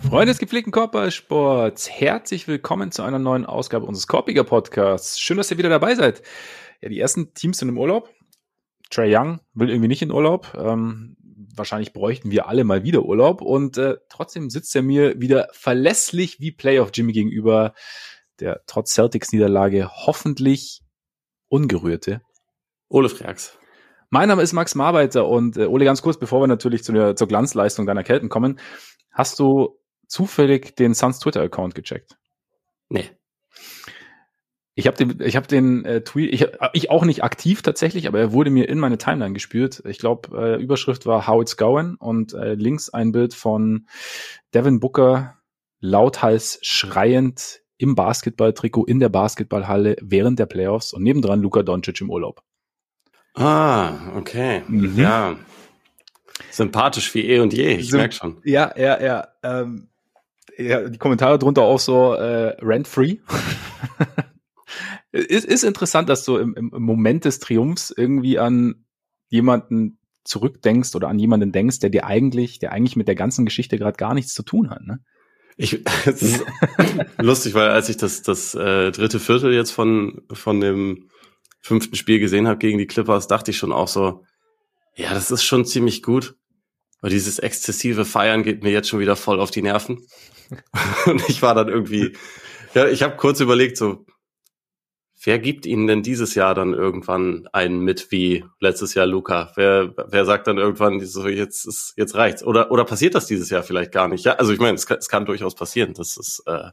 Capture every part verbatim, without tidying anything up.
Freunde des gepflegten Korbballsports, herzlich willkommen zu einer neuen Ausgabe unseres Korbiger Podcasts. Schön, dass ihr wieder dabei seid. Ja, die ersten Teams sind im Urlaub. Trae Young will irgendwie nicht in Urlaub. Ähm, wahrscheinlich bräuchten wir alle mal wieder Urlaub. Und äh, trotzdem sitzt er mir wieder verlässlich wie Playoff Jimmy gegenüber, der trotz Celtics-Niederlage hoffentlich ungerührte Ole Freaks. Mein Name ist Max Marbeiter und äh, Ole, ganz kurz, bevor wir natürlich zu der, zur Glanzleistung deiner Kelten kommen, hast du zufällig den Suns Twitter-Account gecheckt? Nee. Ich habe den, ich hab den äh, Tweet, ich, ich auch nicht aktiv tatsächlich, aber er wurde mir in meine Timeline gespült. Ich glaube, äh, Überschrift war How It's Going und äh, links ein Bild von Devin Booker lauthals schreiend im Basketballtrikot in der Basketballhalle während der Playoffs und nebendran Luka Doncic im Urlaub. Ah, okay. Mhm. Ja. Sympathisch wie eh und je, ich Sym- merke schon. Ja, ja, ja. Ähm, ja, die Kommentare drunter auch so äh, rent-free. ist, ist interessant, dass du im, im Moment des Triumphs irgendwie an jemanden zurückdenkst oder an jemanden denkst, der dir eigentlich, der eigentlich mit der ganzen Geschichte gerade gar nichts zu tun hat, ne? Ich, es ist lustig, weil als ich das, das äh, dritte Viertel jetzt von, von dem fünften Spiel gesehen habe gegen die Clippers, dachte ich schon auch so, ja, das ist schon ziemlich gut. Aber dieses exzessive Feiern geht mir jetzt schon wieder voll auf die Nerven. Und ich war dann irgendwie, ja, ich habe kurz überlegt, so, wer gibt ihnen denn dieses Jahr dann irgendwann einen mit wie letztes Jahr Luka? Wer, wer sagt dann irgendwann so, jetzt ist, jetzt reicht's? Oder, oder passiert das dieses Jahr vielleicht gar nicht? Ja, also ich meine, es kann, es kann durchaus passieren. Das ist, äh,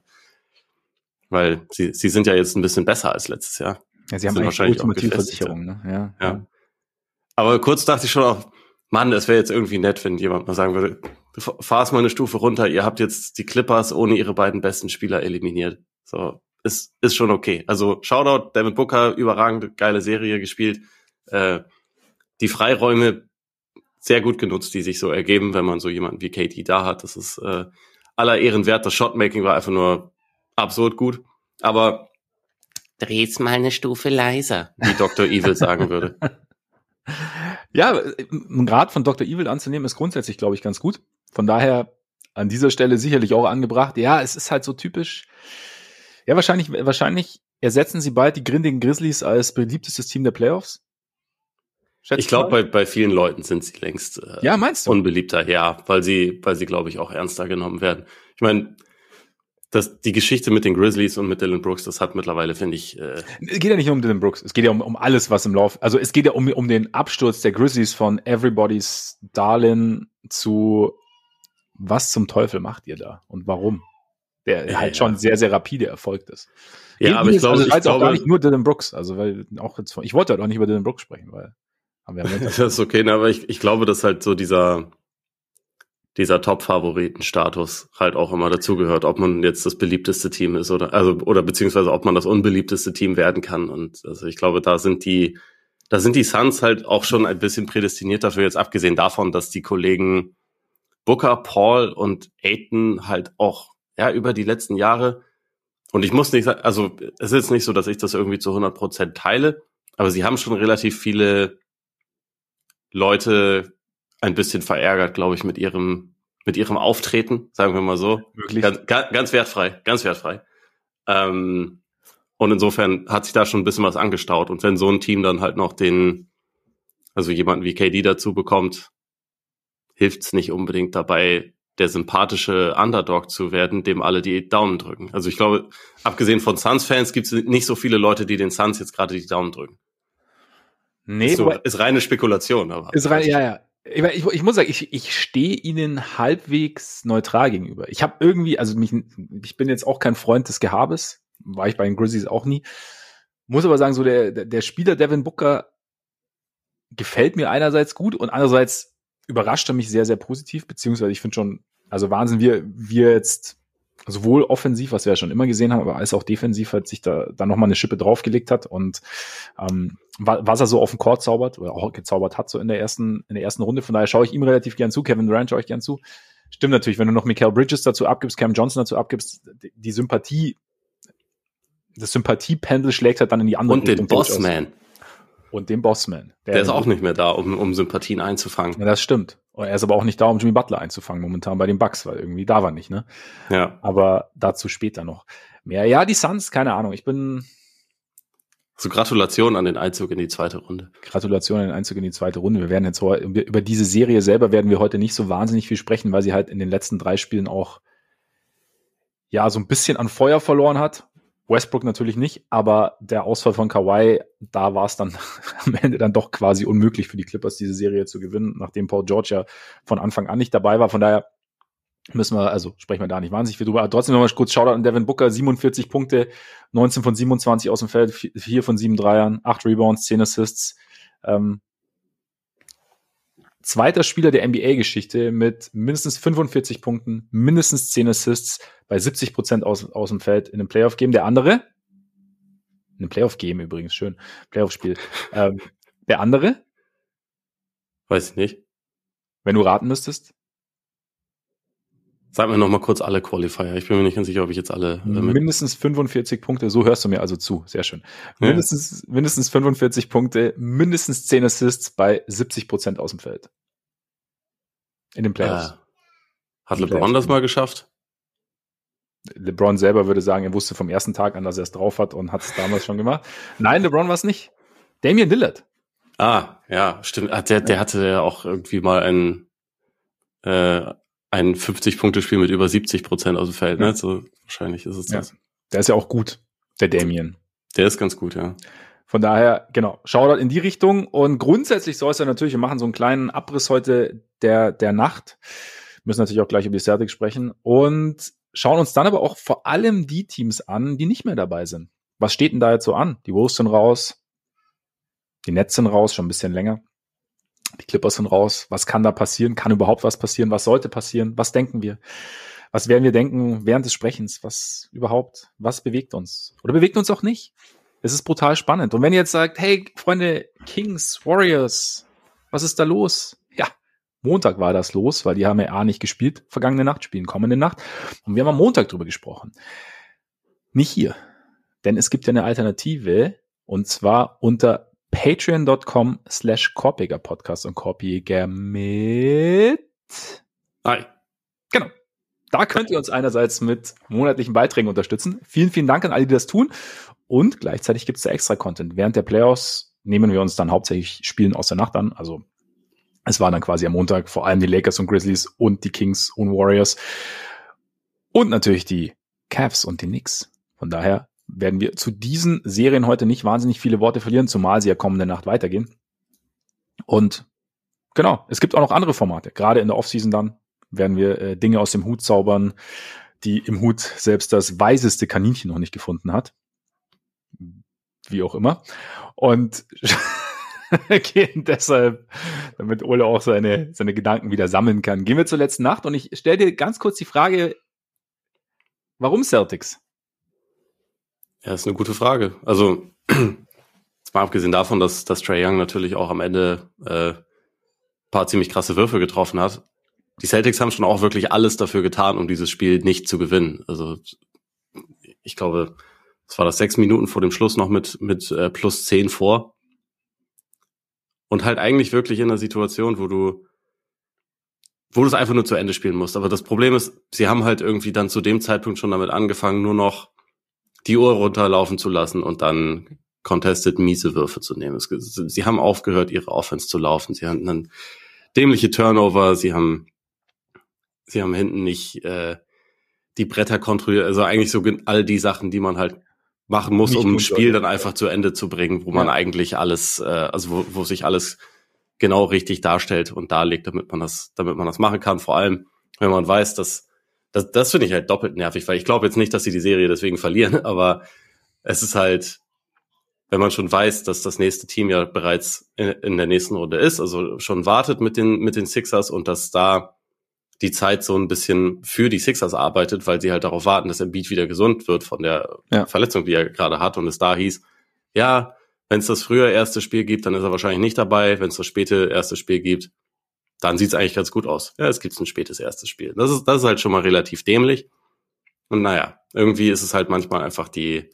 weil sie, sie sind ja jetzt ein bisschen besser als letztes Jahr. Ja, sie haben eigentlich die ultimative Versicherung, ne? Ja, ja. ja. Aber kurz dachte ich schon auch, Mann, es wäre jetzt irgendwie nett, wenn jemand mal sagen würde, fahr's mal eine Stufe runter, ihr habt jetzt die Clippers ohne ihre beiden besten Spieler eliminiert. So, ist, ist schon okay. Also, Shoutout, Devin Booker, überragende, geile Serie gespielt. Äh, die Freiräume sehr gut genutzt, die sich so ergeben, wenn man so jemanden wie K D da hat. Das ist äh, aller Ehren wert. Das Shotmaking war einfach nur absurd gut. Aber dreh's mal eine Stufe leiser, wie Doktor Evil sagen würde. Ja, einen Rat von Doktor Evil anzunehmen, ist grundsätzlich, glaube ich, ganz gut. Von daher an dieser Stelle sicherlich auch angebracht. Ja, es ist halt so typisch. Ja, wahrscheinlich, wahrscheinlich ersetzen sie bald die grindigen Grizzlies als beliebtestes Team der Playoffs. Schätzt ich glaube, bei, bei vielen Leuten sind sie längst äh, ja, meinst du? unbeliebter. Ja, weil sie, weil sie, glaube ich, auch ernster genommen werden. Ich meine, das, die Geschichte mit den Grizzlies und mit Dillon Brooks, das hat mittlerweile, finde ich... Äh es geht ja nicht nur um Dillon Brooks, es geht ja um, um alles, was im Lauf... Also es geht ja um, um den Absturz der Grizzlies von Everybody's Darling zu was zum Teufel macht ihr da und warum? Der ja, halt schon ja. sehr, sehr rapide erfolgt ist. Ja, Eben aber ich glaube... Also, ich glaube, auch gar nicht nur Dillon Brooks, also weil auch jetzt... Ich wollte halt auch nicht über Dillon Brooks sprechen, weil... Haben wir das ist okay, ne, aber ich, ich glaube, dass halt so dieser... dieser Top-Favoriten-Status halt auch immer dazugehört, ob man jetzt das beliebteste Team ist oder also oder beziehungsweise ob man das unbeliebteste Team werden kann. Und also ich glaube, da sind die, da sind die Suns halt auch schon ein bisschen prädestiniert dafür, jetzt abgesehen davon, dass die Kollegen Booker, Paul und Ayton halt auch ja über die letzten Jahre, und ich muss nicht sagen, also es ist nicht so, dass ich das irgendwie zu hundert Prozent teile, aber sie haben schon relativ viele Leute ein bisschen verärgert, glaube ich, mit ihrem mit ihrem Auftreten, sagen wir mal so. Wirklich? Ganz, ganz wertfrei, ganz wertfrei. Ähm, und insofern hat sich da schon ein bisschen was angestaut. Und wenn so ein Team dann halt noch den, also jemanden wie K D dazu bekommt, hilft's nicht unbedingt dabei, der sympathische Underdog zu werden, dem alle die Daumen drücken. Also ich glaube, abgesehen von Suns-Fans gibt's nicht so viele Leute, die den Suns jetzt gerade die Daumen drücken. Nee, ist, so, ist reine Spekulation. Aber ist rein, ja, ja. Ich, ich, ich muss sagen, ich, ich stehe ihnen halbwegs neutral gegenüber. Ich habe irgendwie, also mich, ich bin jetzt auch kein Freund des Gehabes, war ich bei den Grizzlies auch nie. Muss aber sagen, so der, der Spieler Devin Booker gefällt mir einerseits gut und andererseits überrascht er mich sehr, sehr positiv, beziehungsweise ich finde schon, also Wahnsinn, wie wir jetzt sowohl offensiv, was wir ja schon immer gesehen haben, aber als auch defensiv hat sich da, da nochmal eine Schippe draufgelegt hat und ähm, was er so auf dem Court zaubert oder auch gezaubert hat so in der ersten in der ersten Runde. Von daher schaue ich ihm relativ gern zu. Kevin Durant schaue ich gern zu. Stimmt natürlich, wenn du noch Mikal Bridges dazu abgibst, Cam Johnson dazu abgibst, die, die Sympathie, das Sympathiependel schlägt halt dann in die andere Richtung. Und den Bossman. Und dem Bossman. Der, der ist auch nicht mehr da, um, um Sympathien einzufangen. Ja, das stimmt. Er ist aber auch nicht da, um Jimmy Butler einzufangen, momentan bei den Bucks, weil irgendwie da war nicht, ne? Ja. Aber dazu später noch mehr. Ja, die Suns, keine Ahnung. Ich bin... So Gratulation an den Einzug in die zweite Runde. Gratulation an den Einzug in die zweite Runde. Wir werden jetzt heute, über diese Serie selber werden wir heute nicht so wahnsinnig viel sprechen, weil sie halt in den letzten drei Spielen auch ja so ein bisschen an Feuer verloren hat. Westbrook natürlich nicht, aber der Ausfall von Kawhi, da war es dann am Ende dann doch quasi unmöglich für die Clippers, diese Serie zu gewinnen, nachdem Paul George ja von Anfang an nicht dabei war. Von daher müssen wir, also sprechen wir da nicht wahnsinnig viel drüber. Aber trotzdem nochmal kurz Shoutout an Devin Booker, siebenundvierzig Punkte, neunzehn von siebenundzwanzig aus dem Feld, vier von sieben Dreiern, acht Rebounds, zehn Assists. Ähm, zweiter Spieler der N B A-Geschichte mit mindestens fünfundvierzig Punkten, mindestens zehn Assists, bei siebzig Prozent aus, aus dem Feld in einem Playoff-Game. Der andere, in einem Playoff-Game übrigens, schön, Playoff-Spiel. ähm, der andere? Weiß ich nicht. Wenn du raten müsstest? Sag mir noch mal kurz alle Qualifier. Ich bin mir nicht ganz sicher, ob ich jetzt alle... Äh, mindestens fünfundvierzig Punkte, so hörst du mir also zu. Sehr schön. Ja. Mindestens, mindestens fünfundvierzig Punkte, mindestens zehn Assists bei siebzig Prozent aus dem Feld. In den Playoffs. Ja. Hat LeBron Playoffs das mal geschafft? LeBron selber würde sagen, er wusste vom ersten Tag an, dass er es drauf hat und hat es damals schon gemacht. Nein, LeBron war es nicht. Damian Lillard. Ah, ja, stimmt. Der, der hatte ja auch irgendwie mal ein, äh, ein fünfzig-Punkte-Spiel mit über siebzig Prozent aus dem Feld. Ne? So, wahrscheinlich ist es das. Ja. Der ist ja auch gut, der Damian. Der ist ganz gut, ja. Von daher, genau, Shoutout in die Richtung. Und grundsätzlich soll es ja natürlich, wir machen so einen kleinen Abriss heute der, der Nacht. Müssen natürlich auch gleich über die Celtics sprechen. Und schauen uns dann aber auch vor allem die Teams an, die nicht mehr dabei sind. Was steht denn da jetzt so an? Die Wolves sind raus. Die Nets sind raus, schon ein bisschen länger. Die Clippers sind raus. Was kann da passieren? Kann überhaupt was passieren? Was sollte passieren? Was denken wir? Was werden wir denken während des Sprechens? Was überhaupt? Was bewegt uns? Oder bewegt uns auch nicht? Es ist brutal spannend. Und wenn ihr jetzt sagt, hey, Freunde, Kings, Warriors, was ist da los? Ja, Montag war das los, weil die haben ja A nicht gespielt, vergangene Nacht, spielen kommende Nacht. Und wir haben am Montag drüber gesprochen. Nicht hier. Denn es gibt ja eine Alternative, und zwar unter patreon.com slash Korpiger Podcast und Korpiger mit... Hi. Genau. Da könnt ihr uns einerseits mit monatlichen Beiträgen unterstützen. Vielen, vielen Dank an alle, die das tun. Und gleichzeitig gibt es da extra Content. Während der Playoffs nehmen wir uns dann hauptsächlich Spielen aus der Nacht an. Also es war dann quasi am Montag vor allem die Lakers und Grizzlies und die Kings und Warriors. Und natürlich die Cavs und die Knicks. Von daher werden wir zu diesen Serien heute nicht wahnsinnig viele Worte verlieren, zumal sie ja kommende Nacht weitergehen. Und genau, es gibt auch noch andere Formate. Gerade in der Offseason dann werden wir äh, Dinge aus dem Hut zaubern, die im Hut selbst das weiseste Kaninchen noch nicht gefunden hat. Wie auch immer. Und gehen deshalb, damit Ole auch seine, seine Gedanken wieder sammeln kann, gehen wir zur letzten Nacht. Und ich stelle dir ganz kurz die Frage, warum Celtics? Ja, ist eine gute Frage. Also, jetzt mal abgesehen davon, dass, dass Trae Young natürlich auch am Ende äh, ein paar ziemlich krasse Würfe getroffen hat. Die Celtics haben schon auch wirklich alles dafür getan, um dieses Spiel nicht zu gewinnen. Also, ich glaube, es war das sechs Minuten vor dem Schluss noch mit, mit äh, plus zehn vor. Und halt eigentlich wirklich in einer Situation, wo du, wo du es einfach nur zu Ende spielen musst. Aber das Problem ist, sie haben halt irgendwie dann zu dem Zeitpunkt schon damit angefangen, nur noch die Uhr runterlaufen zu lassen und dann contested miese Würfe zu nehmen. Es, sie haben aufgehört, ihre Offense zu laufen. Sie hatten dann dämliche Turnover. Sie haben, sie haben hinten nicht äh, die Bretter kontrolliert. Also eigentlich so all die Sachen, die man halt machen muss, nicht um ein Spiel dann einfach zu Ende zu bringen, wo man ja. eigentlich alles, äh, also wo, wo sich alles genau richtig darstellt und darlegt, damit man das, damit man das machen kann. Vor allem, wenn man weiß, dass das, das finde ich halt doppelt nervig, weil ich glaube jetzt nicht, dass sie die Serie deswegen verlieren, aber es ist halt, wenn man schon weiß, dass das nächste Team ja bereits in, in der nächsten Runde ist, also schon wartet mit den mit den Sixers und dass da die Zeit so ein bisschen für die Sixers arbeitet, weil sie halt darauf warten, dass Embiid wieder gesund wird von der ja. Verletzung, die er gerade hat. Und es da hieß, ja, wenn es das frühe erste Spiel gibt, dann ist er wahrscheinlich nicht dabei. Wenn es das späte erste Spiel gibt, dann sieht es eigentlich ganz gut aus. Ja, es gibt ein spätes erstes Spiel. Das ist, das ist halt schon mal relativ dämlich. Und naja, irgendwie ist es halt manchmal einfach die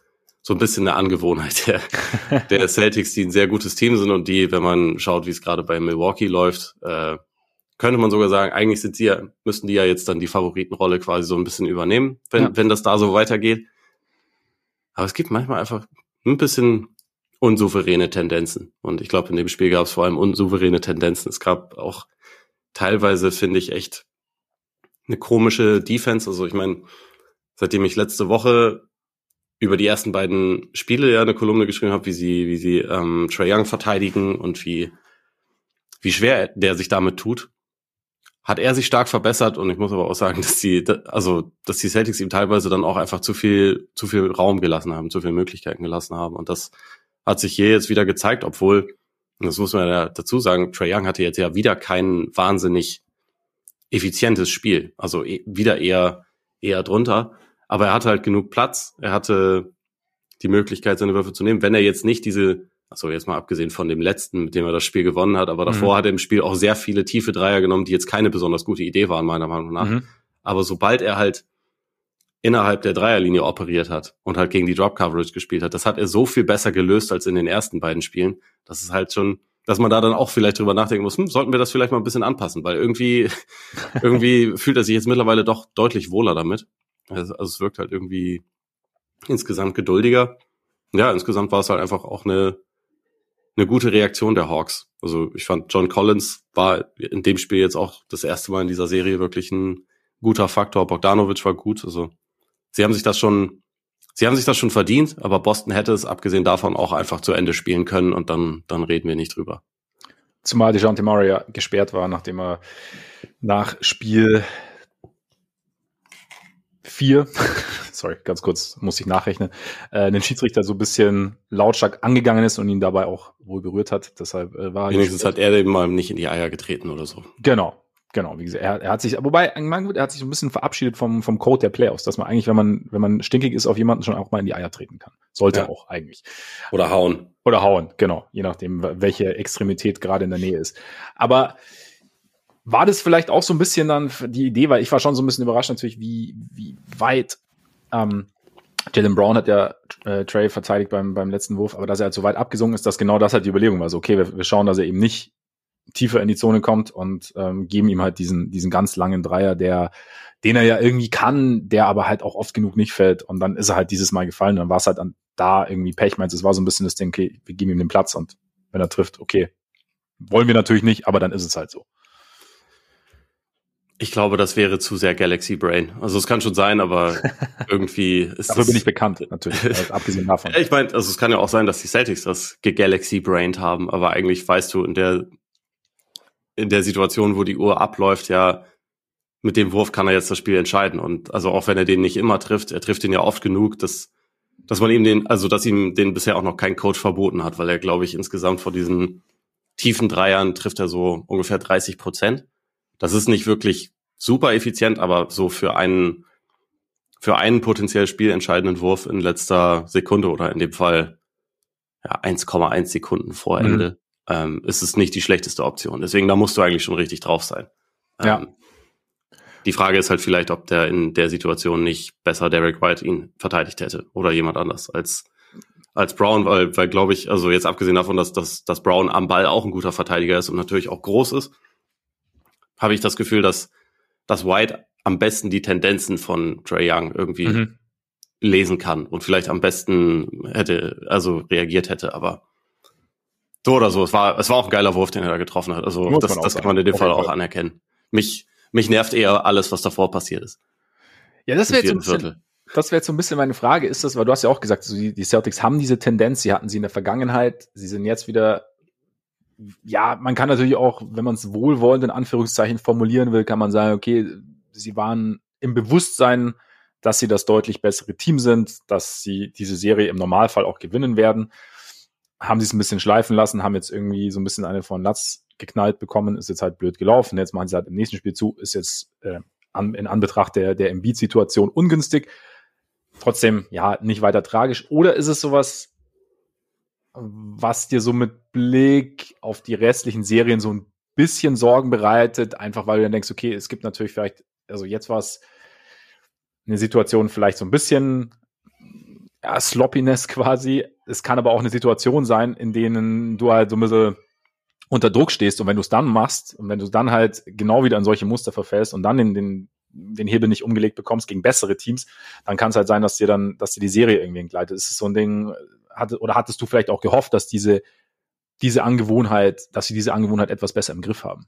so ein bisschen eine Angewohnheit der, der Celtics, die ein sehr gutes Team sind und die, wenn man schaut, wie es gerade bei Milwaukee läuft, äh, könnte man sogar sagen, eigentlich sind sie ja, müssten die ja jetzt dann die Favoritenrolle quasi so ein bisschen übernehmen, wenn, ja. wenn das da so weitergeht. Aber es gibt manchmal einfach ein bisschen unsouveräne Tendenzen. Und ich glaube, in dem Spiel gab es vor allem unsouveräne Tendenzen. Es gab auch teilweise, finde ich, echt eine komische Defense. Also ich meine, seitdem ich letzte Woche über die ersten beiden Spiele ja eine Kolumne geschrieben habe, wie sie, wie sie ähm, Trae Young verteidigen und wie, wie schwer der sich damit tut, hat er sich stark verbessert. Und ich muss aber auch sagen, dass die, also, dass die Celtics ihm teilweise dann auch einfach zu viel, zu viel Raum gelassen haben, zu viele Möglichkeiten gelassen haben. Und das hat sich hier jetzt wieder gezeigt, obwohl, und das muss man ja dazu sagen, Trae Young hatte jetzt ja wieder kein wahnsinnig effizientes Spiel. Also e- wieder eher, eher drunter. Aber er hatte halt genug Platz. Er hatte die Möglichkeit, seine Würfe zu nehmen. Wenn er jetzt nicht diese, also jetzt mal abgesehen von dem letzten, mit dem er das Spiel gewonnen hat, aber davor mhm. hat er im Spiel auch sehr viele tiefe Dreier genommen, die jetzt keine besonders gute Idee waren, meiner Meinung nach. Mhm. Aber sobald er halt innerhalb der Dreierlinie operiert hat und halt gegen die Drop-Coverage gespielt hat, das hat er so viel besser gelöst als in den ersten beiden Spielen. Das ist halt schon, dass man da dann auch vielleicht drüber nachdenken muss, hm, sollten wir das vielleicht mal ein bisschen anpassen, weil irgendwie, irgendwie fühlt er sich jetzt mittlerweile doch deutlich wohler damit. Also, also es wirkt halt irgendwie insgesamt geduldiger. Ja, insgesamt war es halt einfach auch eine, eine gute Reaktion der Hawks. Also ich fand, John Collins war in dem Spiel jetzt auch das erste Mal in dieser Serie wirklich ein guter Faktor. Bogdanovic war gut. Also sie haben sich das schon, sie haben sich das schon verdient, aber Boston hätte es abgesehen davon auch einfach zu Ende spielen können und dann, dann reden wir nicht drüber. Zumal DeJounte Murray ja gesperrt war, nachdem er nach Spiel vier, sorry, ganz kurz, muss ich nachrechnen, äh, den Schiedsrichter so ein bisschen lautstark angegangen ist und ihn dabei auch wohl berührt hat. Deshalb äh, war wenigstens hat er eben mal nicht in die Eier getreten oder so. Genau, genau. Wie gesagt, er, er hat sich, wobei, er hat sich so ein bisschen verabschiedet vom, vom Code der Playoffs, dass man eigentlich, wenn man, wenn man stinkig ist, auf jemanden schon auch mal in die Eier treten kann. Sollte ja. auch eigentlich. Oder hauen. Oder hauen, genau. Je nachdem, welche Extremität gerade in der Nähe ist. Aber war das vielleicht auch so ein bisschen dann die Idee, weil ich war schon so ein bisschen überrascht natürlich, wie, wie weit ähm, Jaylen Brown hat ja äh, Trae verteidigt beim, beim letzten Wurf, aber dass er halt so weit abgesungen ist, dass genau das halt die Überlegung war. So, okay, wir, wir schauen, dass er eben nicht tiefer in die Zone kommt und ähm, geben ihm halt diesen, diesen ganz langen Dreier, der, den er ja irgendwie kann, der aber halt auch oft genug nicht fällt. Und dann ist er halt dieses Mal gefallen. Dann war es halt dann da irgendwie Pech. Meinst, es war so ein bisschen das Ding, okay, wir geben ihm den Platz und wenn er trifft, okay, wollen wir natürlich nicht, aber dann ist es halt so. Ich glaube, das wäre zu sehr Galaxy Brain. Also es kann schon sein, aber irgendwie ist Dafür das bin ich bekannt, natürlich, also abgesehen davon. Ich meine, also es kann ja auch sein, dass die Celtics das gegalaxy brained haben, aber eigentlich weißt du in der in der Situation, wo die Uhr abläuft, ja, mit dem Wurf kann er jetzt das Spiel entscheiden. Und also auch wenn er den nicht immer trifft, er trifft ihn ja oft genug, dass dass man ihm den, also dass ihm den bisher auch noch kein Coach verboten hat, weil er, glaube ich, insgesamt vor diesen tiefen Dreiern trifft er so ungefähr dreißig Prozent. Das ist nicht wirklich super effizient, aber so für einen für einen potenziell spielentscheidenden Wurf in letzter Sekunde oder in dem Fall ja eins Komma eins Sekunden vor Ende mhm. ähm, ist es nicht die schlechteste Option. Deswegen, da musst du eigentlich schon richtig drauf sein. Ja. Ähm, die Frage ist halt vielleicht, ob der in der Situation nicht besser Derek White ihn verteidigt hätte oder jemand anders als als Brown, weil, weil glaube ich, also jetzt abgesehen davon, dass, dass, dass Brown am Ball auch ein guter Verteidiger ist und natürlich auch groß ist, habe ich das Gefühl, dass, dass White am besten die Tendenzen von Trae Young irgendwie mhm. lesen kann und vielleicht am besten hätte, also reagiert hätte, aber so oder so, es war, es war auch ein geiler Wurf, den er da getroffen hat. Also das, das kann man in dem Fall auch anerkennen. Mich, mich nervt eher alles, was davor passiert ist. Ja, das wäre jetzt so ein bisschen, das wäre jetzt so ein bisschen meine Frage, ist das, weil du hast ja auch gesagt, so die, die Celtics haben diese Tendenz, sie hatten sie in der Vergangenheit, sie sind jetzt wieder, ja, man kann natürlich auch, wenn man es wohlwollend in Anführungszeichen formulieren will, kann man sagen, okay, sie waren im Bewusstsein, dass sie das deutlich bessere Team sind, dass sie diese Serie im Normalfall auch gewinnen werden, haben sie es ein bisschen schleifen lassen, haben jetzt irgendwie so ein bisschen eine von Latz geknallt bekommen, ist jetzt halt blöd gelaufen, jetzt machen sie halt im nächsten Spiel zu, ist jetzt äh, an, in Anbetracht der, der Embiid-Situation ungünstig, trotzdem, ja, nicht weiter tragisch, oder ist es sowas, was dir so mit Blick auf die restlichen Serien so ein bisschen Sorgen bereitet, einfach weil du dann denkst, okay, es gibt natürlich vielleicht, also jetzt war es eine Situation vielleicht so ein bisschen ja, Sloppiness quasi. Es kann aber auch eine Situation sein, in denen du halt so ein bisschen unter Druck stehst und wenn du es dann machst und wenn du dann halt genau wieder in solche Muster verfällst und dann in den, den Hebel nicht umgelegt bekommst gegen bessere Teams, dann kann es halt sein, dass dir dann, dass dir die Serie irgendwie entgleitet. Ist es so ein Ding, hatte, oder hattest du vielleicht auch gehofft, dass diese, diese Angewohnheit, dass sie diese Angewohnheit etwas besser im Griff haben?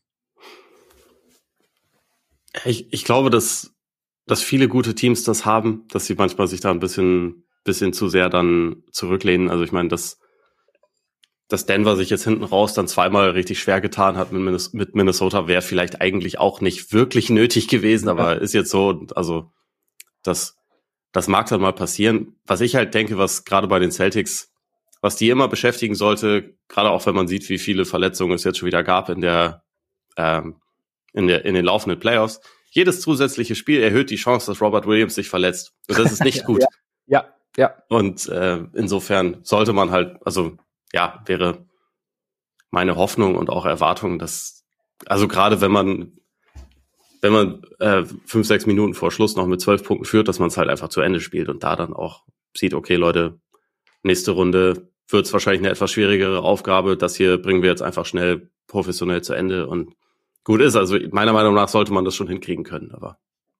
Ich, ich glaube, dass, dass viele gute Teams das haben, dass sie manchmal sich da ein bisschen, bisschen zu sehr dann zurücklehnen. Also ich meine, dass, dass Denver sich jetzt hinten raus dann zweimal richtig schwer getan hat mit Minnesota, wäre vielleicht eigentlich auch nicht wirklich nötig gewesen, aber ist jetzt so, also das, das mag dann mal passieren. Was ich halt denke, was gerade bei den Celtics, was die immer beschäftigen sollte, gerade auch wenn man sieht, wie viele Verletzungen es jetzt schon wieder gab in der, ähm, in der, in den laufenden Playoffs. Jedes zusätzliche Spiel erhöht die Chance, dass Robert Williams sich verletzt. Und das ist nicht ja, gut. Ja, ja. ja. Und äh, insofern sollte man halt, also ja, wäre meine Hoffnung und auch Erwartung, dass, also gerade wenn man, wenn man äh, fünf, sechs Minuten vor Schluss noch mit zwölf Punkten führt, dass man es halt einfach zu Ende spielt und da dann auch sieht, okay, Leute, nächste Runde wird es wahrscheinlich eine etwas schwierigere Aufgabe. Das hier bringen wir jetzt einfach schnell professionell zu Ende und gut ist. Also meiner Meinung nach sollte man das schon hinkriegen können, aber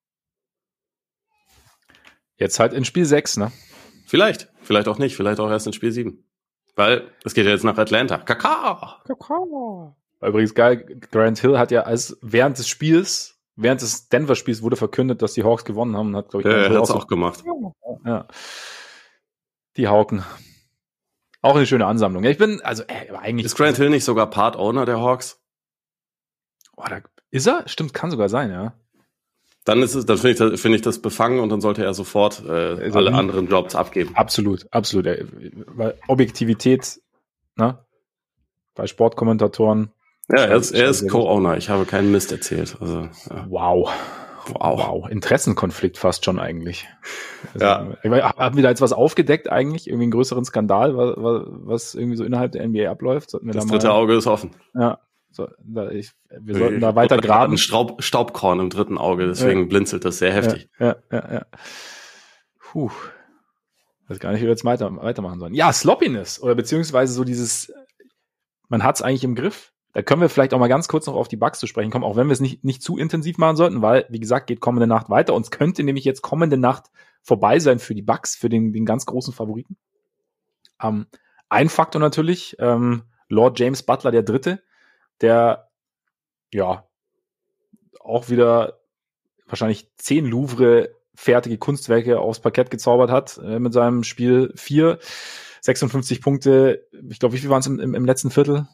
jetzt halt in Spiel sechs, ne? Vielleicht, vielleicht auch nicht, vielleicht auch erst in Spiel sieben. Weil es geht ja jetzt nach Atlanta. Kakao! Kakao! Übrigens geil, Grant Hill hat ja als während des Spiels, während des Denver-Spiels wurde verkündet, dass die Hawks gewonnen haben. Hat, glaube ich, ja, er hat es auch gemacht. Ja. Die Hawken. Auch eine schöne Ansammlung. Ja, ich bin, also äh, eigentlich. Ist Grant Hill nicht sogar Part-Owner der Hawks? Oh, da, ist er? Stimmt, kann sogar sein, ja. Dann ist es, dann finde ich, das, finde ich das befangen und dann sollte er sofort äh, also alle anderen Jobs abgeben. Absolut, absolut. Weil Objektivität, ne? Bei Sportkommentatoren. Ja, er ist, er ist Co-Owner. Ich habe keinen Mist erzählt. Also, ja. Wow. Wow. Wow. Interessenkonflikt fast schon eigentlich. Also, ja. Haben wir da jetzt was aufgedeckt eigentlich? Irgendwie einen größeren Skandal, was, was irgendwie so innerhalb der N B A abläuft? Sollten wir das da dritte mal, Auge ist offen. Ja. So, da ich, wir sollten da weiter graben. Ein Staub, Staubkorn im dritten Auge, deswegen ja. blinzelt das sehr heftig. Ja, ja, ja. ja. Puh. Ich weiß gar nicht, wie wir jetzt weiter, weitermachen sollen. Ja, Sloppiness oder beziehungsweise so dieses, man hat es eigentlich im Griff. Da können wir vielleicht auch mal ganz kurz noch auf die Bucks zu sprechen kommen, auch wenn wir es nicht, nicht zu intensiv machen sollten, weil, wie gesagt, geht kommende Nacht weiter. Und es könnte nämlich jetzt kommende Nacht vorbei sein für die Bucks, für den, den ganz großen Favoriten. Ähm, ein Faktor natürlich, ähm, Lord James Butler, der Dritte, der, ja, auch wieder wahrscheinlich zehn Louvre fertige Kunstwerke aufs Parkett gezaubert hat, äh, mit seinem Spiel vier, sechsundfünfzig Punkte, ich glaube, wie viel waren es im, im, im letzten Viertel?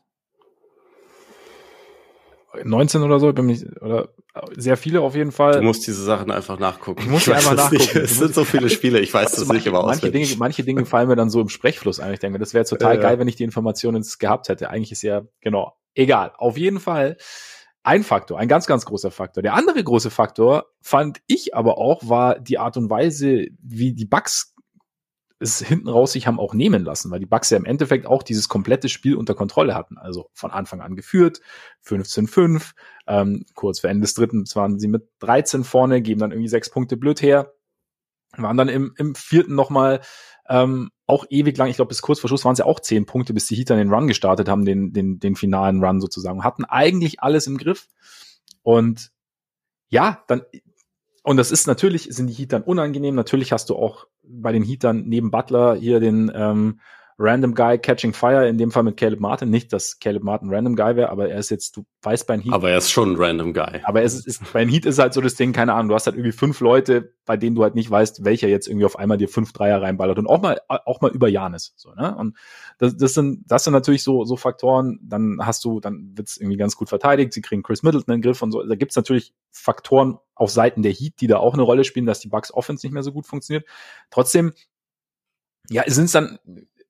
neunzehn oder so, bin mich, oder sehr viele auf jeden Fall. Du musst diese Sachen einfach nachgucken. Ich muss ich einfach nachgucken. Nicht. Es sind so viele Spiele, ich weiß das nicht immer manche Dinge, manche Dinge fallen mir dann so im Sprechfluss ein. Ich denke, das wäre total ja, geil, wenn ich die Informationen gehabt hätte. Eigentlich ist ja, genau, egal. Auf jeden Fall ein Faktor, ein ganz, ganz großer Faktor. Der andere große Faktor, fand ich aber auch, war die Art und Weise, wie die Bucks es hinten raus sich haben auch nehmen lassen, weil die Bucks ja im Endeffekt auch dieses komplette Spiel unter Kontrolle hatten. Also von Anfang an geführt, fünfzehn fünf, ähm, kurz vor Ende des dritten waren sie mit dreizehn vorne, geben dann irgendwie sechs Punkte blöd her, waren dann im, im vierten nochmal ähm, auch ewig lang, ich glaube bis kurz vor Schluss waren es ja auch zehn Punkte, bis die Heat dann den Run gestartet haben, den, den, den finalen Run sozusagen, hatten eigentlich alles im Griff und ja, dann und das ist natürlich, sind die Heat dann unangenehm. Natürlich hast du auch bei den Heat dann neben Butler hier den ähm, Random Guy Catching Fire, in dem Fall mit Caleb Martin. Nicht, dass Caleb Martin Random Guy wäre, aber er ist jetzt, du weißt bei den Heat. Aber er ist schon ein Random Guy. Aber es ist, ist, bei den Heat ist halt so das Ding, keine Ahnung, du hast halt irgendwie fünf Leute, bei denen du halt nicht weißt, welcher jetzt irgendwie auf einmal dir fünf Dreier reinballert und auch mal, auch mal über Giannis, so, ne? Und das, das sind, das sind natürlich so, so Faktoren, dann hast du, dann wird's irgendwie ganz gut verteidigt, sie kriegen Chris Middleton in den Griff und so. Da gibt's natürlich Faktoren auf Seiten der Heat, die da auch eine Rolle spielen, dass die Bucks Offense nicht mehr so gut funktioniert. Trotzdem, ja, sind es dann,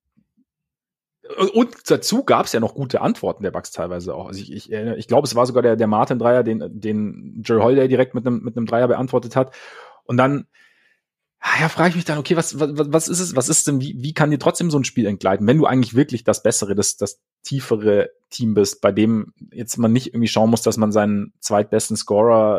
und dazu gab es ja noch gute Antworten der Bucks teilweise auch. Also ich, ich, ich glaube, es war sogar der, der Martin-Dreier, den, den Jrue Holiday direkt mit einem, mit einem Dreier beantwortet hat. Und dann, ja, frage ich mich dann, okay, was, was, was ist es, was ist denn, wie, wie kann dir trotzdem so ein Spiel entgleiten, wenn du eigentlich wirklich das bessere, das, das tiefere Team bist, bei dem jetzt man nicht irgendwie schauen muss, dass man seinen zweitbesten Scorer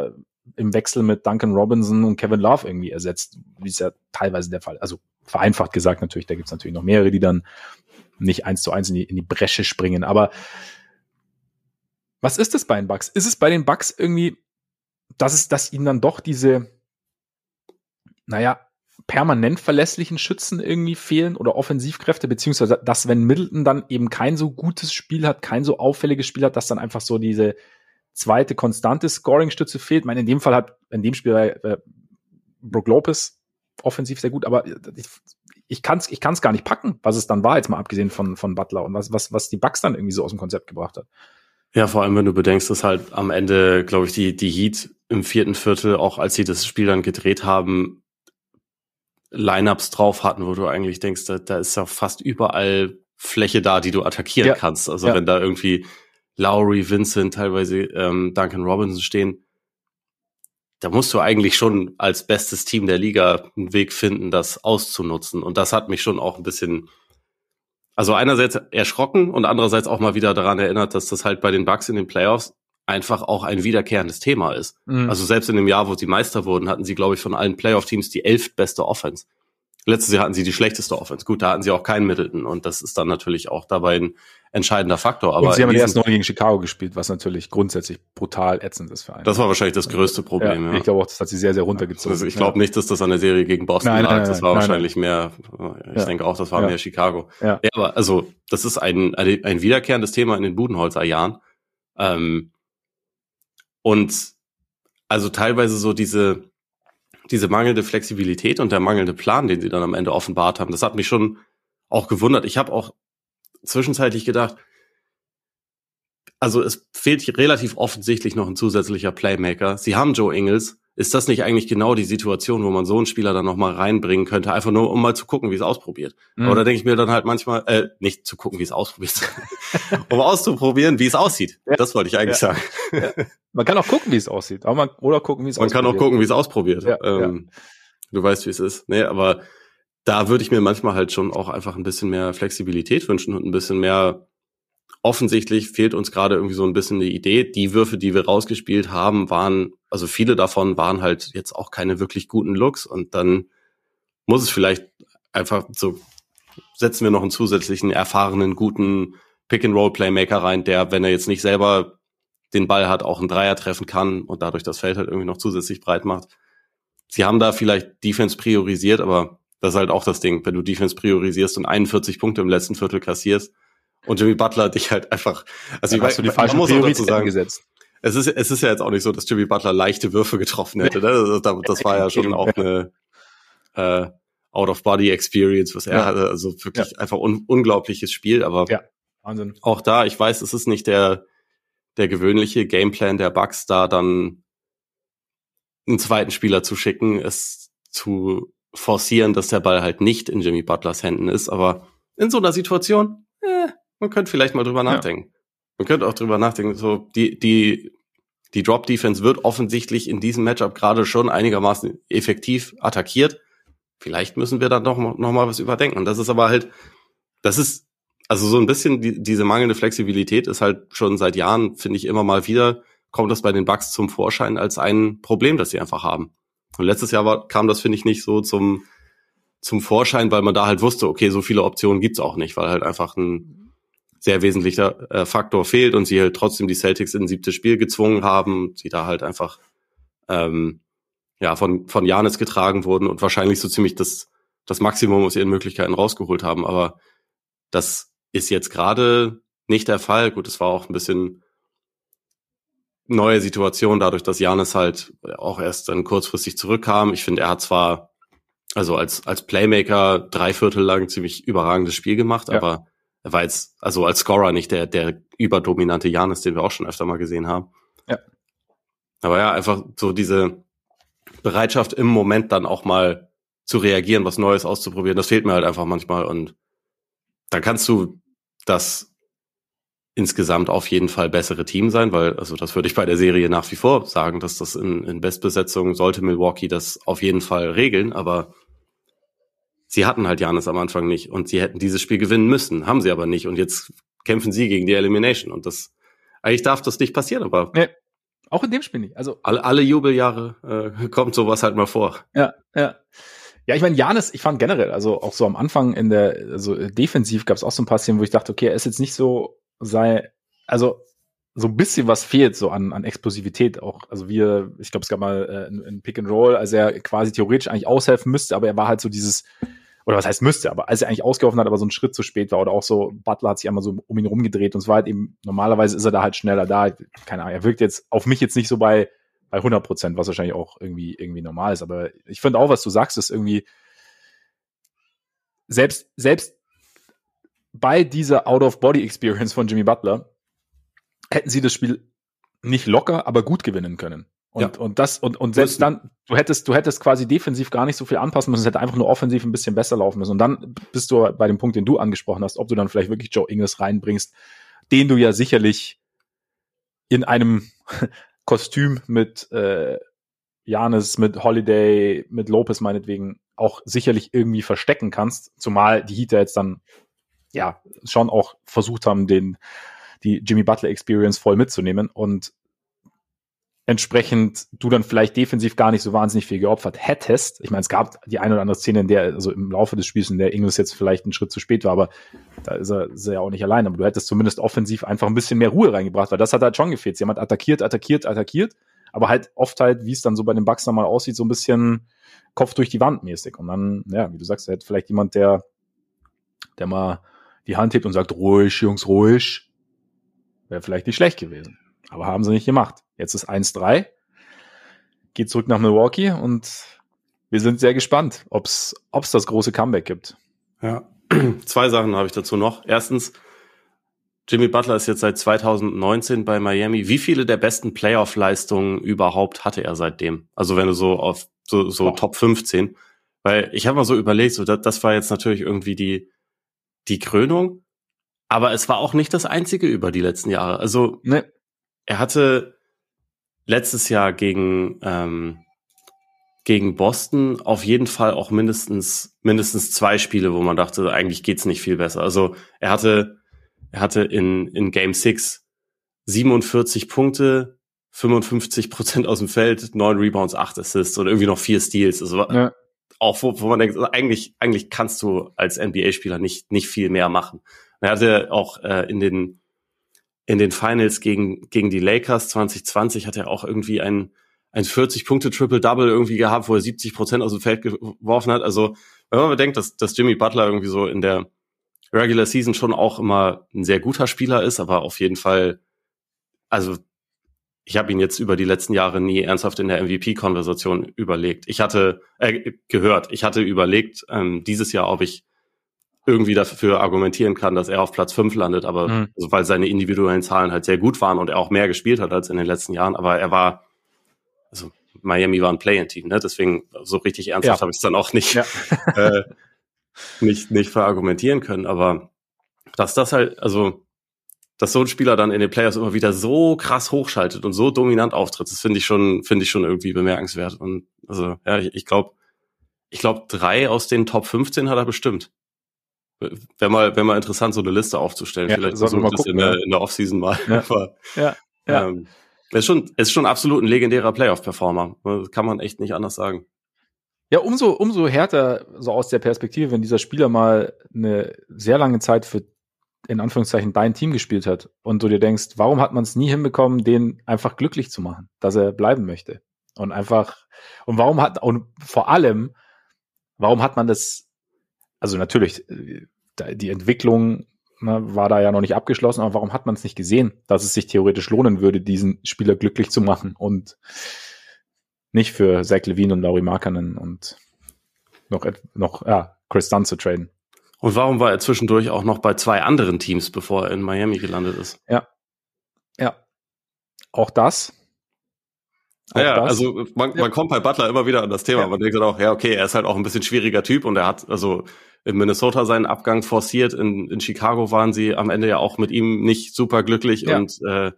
im Wechsel mit Duncan Robinson und Kevin Love irgendwie ersetzt, wie es ja teilweise der Fall ist. Also vereinfacht gesagt natürlich, da gibt's natürlich noch mehrere, die dann nicht eins zu eins in die, in die Bresche springen. Aber was ist das bei den Bucks? Ist es bei den Bucks irgendwie, dass es, dass ihnen dann doch diese, naja, permanent verlässlichen Schützen irgendwie fehlen oder Offensivkräfte, beziehungsweise dass, wenn Middleton dann eben kein so gutes Spiel hat, kein so auffälliges Spiel hat, dass dann einfach so diese zweite konstante Scoring-Stütze fehlt. Ich meine, in dem Fall hat, in dem Spiel war äh, Brook Lopez offensiv sehr gut, aber ich, ich kann es ich kann's gar nicht packen, was es dann war, jetzt mal abgesehen von, von Butler und was, was, was die Bucks dann irgendwie so aus dem Konzept gebracht hat. Ja, vor allem, wenn du bedenkst, dass halt am Ende, glaube ich, die, die Heat im vierten Viertel, auch als sie das Spiel dann gedreht haben, Lineups drauf hatten, wo du eigentlich denkst, da, da ist ja fast überall Fläche da, die du attackieren ja. kannst. Also ja. wenn da irgendwie Lowry, Vincent, teilweise ähm, Duncan Robinson stehen, da musst du eigentlich schon als bestes Team der Liga einen Weg finden, das auszunutzen. Und das hat mich schon auch ein bisschen, also einerseits erschrocken und andererseits auch mal wieder daran erinnert, dass das halt bei den Bucks in den Playoffs einfach auch ein wiederkehrendes Thema ist. Mhm. Also selbst in dem Jahr, wo sie Meister wurden, hatten sie, glaube ich, von allen Playoff-Teams die elftbeste Offense. Letztes Jahr hatten sie die schlechteste Offense. Gut, da hatten sie auch keinen Middleton und das ist dann natürlich auch dabei ein entscheidender Faktor. Aber und sie haben erst noch gegen Chicago gespielt, was natürlich grundsätzlich brutal ätzend ist für einen. Das war wahrscheinlich das größte Problem. Ja, ja. Ich glaube auch, das hat sie sehr, sehr runtergezogen. Also ich glaube ja. nicht, dass das an der Serie gegen Boston nein, lag. Nein, nein, das war nein, wahrscheinlich nein. mehr, ich ja. denke auch, das war ja. mehr Chicago. Ja. ja, aber also das ist ein, ein, ein wiederkehrendes Thema in den Budenholzer Jahren. Ähm, und also teilweise so diese diese mangelnde Flexibilität und der mangelnde Plan, den sie dann am Ende offenbart haben, das hat mich schon auch gewundert. Ich habe auch zwischenzeitlich gedacht, also es fehlt relativ offensichtlich noch ein zusätzlicher Playmaker. Sie haben Joe Ingles. Ist das nicht eigentlich genau die Situation, wo man so einen Spieler dann noch mal reinbringen könnte, einfach nur, um mal zu gucken, wie es ausprobiert? Mhm. Oder denke ich mir dann halt manchmal, äh, nicht zu gucken, wie es ausprobiert, um auszuprobieren, wie es aussieht. Ja. Das wollte ich eigentlich ja. sagen. Ja. Man kann auch gucken, wie es aussieht, aber man, oder gucken, wie es man ausprobiert. Man kann auch gucken, wie es ausprobiert. Ja. Ähm, ja. Du weißt, wie es ist. Nee, aber da würde ich mir manchmal halt schon auch einfach ein bisschen mehr Flexibilität wünschen und ein bisschen mehr. Offensichtlich fehlt uns gerade irgendwie so ein bisschen die Idee. Die Würfe, die wir rausgespielt haben, waren, also viele davon waren halt jetzt auch keine wirklich guten Looks. Und dann muss es vielleicht einfach so, setzen wir noch einen zusätzlichen, erfahrenen, guten Pick-and-Roll-Playmaker rein, der, wenn er jetzt nicht selber den Ball hat, auch einen Dreier treffen kann und dadurch das Feld halt irgendwie noch zusätzlich breit macht. Sie haben da vielleicht Defense priorisiert, aber das ist halt auch das Ding. Wenn du Defense priorisierst und einundvierzig Punkte im letzten Viertel kassierst, und Jimmy Butler dich halt einfach, also ich weiß, du die falschen Prioritäten gesetzt. Es ist, es ist ja jetzt auch nicht so, dass Jimmy Butler leichte Würfe getroffen hätte, ne? Das, das war ja schon auch eine äh, Out-of-Body-Experience, was er ja. hatte. Also wirklich ja. einfach un- unglaubliches Spiel, aber ja. Wahnsinn. Auch da, ich weiß, es ist nicht der der gewöhnliche Gameplan der Bucks, da dann einen zweiten Spieler zu schicken, es zu forcieren, dass der Ball halt nicht in Jimmy Butlers Händen ist, aber in so einer Situation, eh, man könnte vielleicht mal drüber nachdenken. Ja. Man könnte auch drüber nachdenken, so die die die Drop-Defense wird offensichtlich in diesem Matchup gerade schon einigermaßen effektiv attackiert. Vielleicht müssen wir da noch, noch mal was überdenken. Und das ist aber halt, das ist, also so ein bisschen die, diese mangelnde Flexibilität ist halt schon seit Jahren, finde ich, immer mal wieder, kommt das bei den Bucks zum Vorschein als ein Problem, das sie einfach haben. Und letztes Jahr war, kam das, finde ich, nicht so zum zum Vorschein, weil man da halt wusste, okay, so viele Optionen gibt's auch nicht, weil halt einfach ein sehr wesentlicher äh, Faktor fehlt und sie halt trotzdem die Celtics in ein siebtes Spiel gezwungen haben, sie da halt einfach ähm, ja von von Giannis getragen wurden und wahrscheinlich so ziemlich das das Maximum aus ihren Möglichkeiten rausgeholt haben. Aber das ist jetzt gerade nicht der Fall. Gut, es war auch ein bisschen neue Situation, dadurch, dass Giannis halt auch erst dann kurzfristig zurückkam. Ich finde, er hat zwar also als als Playmaker drei Viertel lang ziemlich überragendes Spiel gemacht, ja. aber er war jetzt also als Scorer nicht der der überdominante Giannis, den wir auch schon öfter mal gesehen haben. Ja. Aber ja, einfach so diese Bereitschaft im Moment dann auch mal zu reagieren, was Neues auszuprobieren, das fehlt mir halt einfach manchmal und dann kannst du das insgesamt auf jeden Fall bessere Team sein, weil, also das würde ich bei der Serie nach wie vor sagen, dass das in, in Bestbesetzung sollte Milwaukee das auf jeden Fall regeln, aber sie hatten halt Giannis am Anfang nicht und sie hätten dieses Spiel gewinnen müssen, haben sie aber nicht und jetzt kämpfen sie gegen die Elimination und das, eigentlich darf das nicht passieren, aber nee. Auch in dem Spiel nicht. Also alle, alle Jubeljahre äh, kommt sowas halt mal vor. Ja, ja. Ja, ich meine, Giannis, ich fand generell, also auch so am Anfang in der, also defensiv gab es auch so ein paar Szenen, wo ich dachte, okay, er ist jetzt nicht so, sei, also so ein bisschen was fehlt so an, an Explosivität auch. Also wir, ich glaube, es gab mal äh, ein, ein Pick and Roll, als er quasi theoretisch eigentlich aushelfen müsste, aber er war halt so dieses, oder was heißt müsste, aber als er eigentlich ausgeholfen hat, aber so einen Schritt zu spät war, oder auch so, Butler hat sich einmal so um ihn rumgedreht und es war halt eben, normalerweise ist er da halt schneller da, keine Ahnung, er wirkt jetzt auf mich jetzt nicht so bei bei hundert Prozent, was wahrscheinlich auch irgendwie irgendwie normal ist, aber ich finde auch, was du sagst, ist irgendwie selbst selbst bei dieser Out-of-Body-Experience von Jimmy Butler hätten sie das Spiel nicht locker, aber gut gewinnen können. Und, ja. und das, und, und selbst müssen. dann, du hättest, du hättest quasi defensiv gar nicht so viel anpassen müssen, es hätte einfach nur offensiv ein bisschen besser laufen müssen. Und dann bist du bei dem Punkt, den du angesprochen hast, ob du dann vielleicht wirklich Joe Ingles reinbringst, den du ja sicherlich in einem Kostüm mit äh, Giannis, mit Holiday, mit Lopez meinetwegen auch sicherlich irgendwie verstecken kannst, zumal die Heater jetzt dann ja schon auch versucht haben, den die Jimmy Butler Experience voll mitzunehmen und entsprechend du dann vielleicht defensiv gar nicht so wahnsinnig viel geopfert hättest. Ich meine, es gab die eine oder andere Szene, in der, also im Laufe des Spiels, in der Ingles jetzt vielleicht einen Schritt zu spät war, aber da ist er, ist er ja auch nicht allein. Aber du hättest zumindest offensiv einfach ein bisschen mehr Ruhe reingebracht, weil das hat halt schon gefehlt. Jemand attackiert, attackiert, attackiert, aber halt oft halt, wie es dann so bei den Bucks dann mal aussieht, so ein bisschen Kopf durch die Wand mäßig. Und dann, ja, wie du sagst, da hätte vielleicht jemand, der, der mal die Hand hebt und sagt, ruhig, Jungs, ruhig, wäre vielleicht nicht schlecht gewesen. Aber haben sie nicht gemacht. Jetzt ist eins drei, geht zurück nach Milwaukee und wir sind sehr gespannt, ob es das große Comeback gibt. Ja, zwei Sachen habe ich dazu noch. Erstens, Jimmy Butler ist jetzt seit zwanzig neunzehn bei Miami. Wie viele der besten Playoff-Leistungen überhaupt hatte er seitdem? Also wenn du so auf so, so oh. Top fünfzehn. Weil ich habe mal so überlegt, so das, das war jetzt natürlich irgendwie die, die Krönung, aber es war auch nicht das einzige über die letzten Jahre. Also nee. Er hatte letztes Jahr gegen ähm, gegen Boston auf jeden Fall auch mindestens mindestens zwei Spiele, wo man dachte, eigentlich geht's nicht viel besser. Also er hatte er hatte in in Game six siebenundvierzig Punkte, fünfundfünfzig Prozent aus dem Feld, neun Rebounds, acht Assists und irgendwie noch vier Steals. Also ja. Auch wo, wo man denkt, eigentlich eigentlich kannst du als N B A-Spieler nicht nicht viel mehr machen. Er hatte auch äh, in den in den Finals gegen gegen die Lakers zwanzig zwanzig hat er auch irgendwie ein ein vierzig Punkte Triple-Double irgendwie gehabt, wo er siebzig Prozent aus dem Feld geworfen hat. Also wenn man bedenkt, dass dass Jimmy Butler irgendwie so in der Regular Season schon auch immer ein sehr guter Spieler ist, aber auf jeden Fall, also ich habe ihn jetzt über die letzten Jahre nie ernsthaft in der M V P-Konversation überlegt. Ich hatte äh, gehört, ich hatte überlegt ähm, dieses Jahr, ob ich irgendwie dafür argumentieren kann, dass er auf Platz fünf landet, aber mhm. also, weil seine individuellen Zahlen halt sehr gut waren und er auch mehr gespielt hat als in den letzten Jahren, aber er war, also Miami war ein Play-in-Team, ne? Deswegen so richtig ernsthaft ja. habe ich es dann auch nicht, ja. äh, nicht nicht verargumentieren können, aber dass das halt, also dass so ein Spieler dann in den Playoffs immer wieder so krass hochschaltet und so dominant auftritt, das finde ich schon finde ich schon irgendwie bemerkenswert und also ja, ich, ich glaube ich glaube drei aus den Top fünfzehn hat er bestimmt. Wäre mal, wär mal interessant, so eine Liste aufzustellen. Ja, vielleicht versuchen wir das in der, in der Offseason mal. Ja, Aber, ja, ja. Ähm, ist schon, ist schon absolut ein legendärer Playoff-Performer. Das kann man echt nicht anders sagen. Ja, umso, umso härter, so aus der Perspektive, wenn dieser Spieler mal eine sehr lange Zeit für, in Anführungszeichen, dein Team gespielt hat und du dir denkst, warum hat man es nie hinbekommen, den einfach glücklich zu machen, dass er bleiben möchte? Und einfach, und warum hat, und vor allem, warum hat man das, also natürlich, die Entwicklung ne, war da ja noch nicht abgeschlossen, aber warum hat man es nicht gesehen, dass es sich theoretisch lohnen würde, diesen Spieler glücklich zu machen und nicht für Zach LaVine und Lauri Markkanen und noch, noch ja, Chris Dunn zu traden. Und warum war er zwischendurch auch noch bei zwei anderen Teams, bevor er in Miami gelandet ist? Ja, ja, auch das. Auch ja, das. also man, ja. man kommt bei Butler immer wieder an das Thema. Ja. Man denkt dann auch, ja, okay, er ist halt auch ein bisschen schwieriger Typ und er hat also in Minnesota seinen Abgang forciert. In, in Chicago waren sie am Ende ja auch mit ihm nicht super glücklich ja. und äh,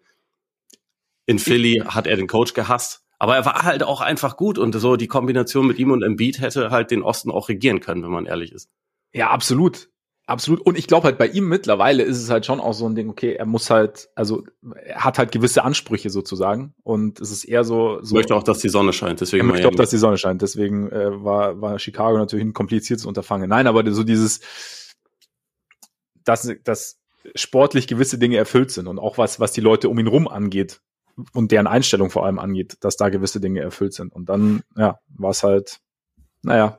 in Philly ich, hat er den Coach gehasst. Aber er war halt auch einfach gut und so die Kombination mit ihm und Embiid hätte halt den Osten auch regieren können, wenn man ehrlich ist. Ja, absolut. Absolut. Und ich glaube halt bei ihm mittlerweile ist es halt schon auch so ein Ding, okay, er muss halt, also er hat halt gewisse Ansprüche sozusagen und es ist eher so. so ich möchte auch, dass die Sonne scheint. Deswegen er möchte auch, dass die Sonne scheint. Deswegen äh, war, war Chicago natürlich ein kompliziertes Unterfangen. Nein, aber so dieses, dass, dass sportlich gewisse Dinge erfüllt sind und auch was, was die Leute um ihn rum angeht und deren Einstellung vor allem angeht, dass da gewisse Dinge erfüllt sind. Und dann, ja, war es halt, naja.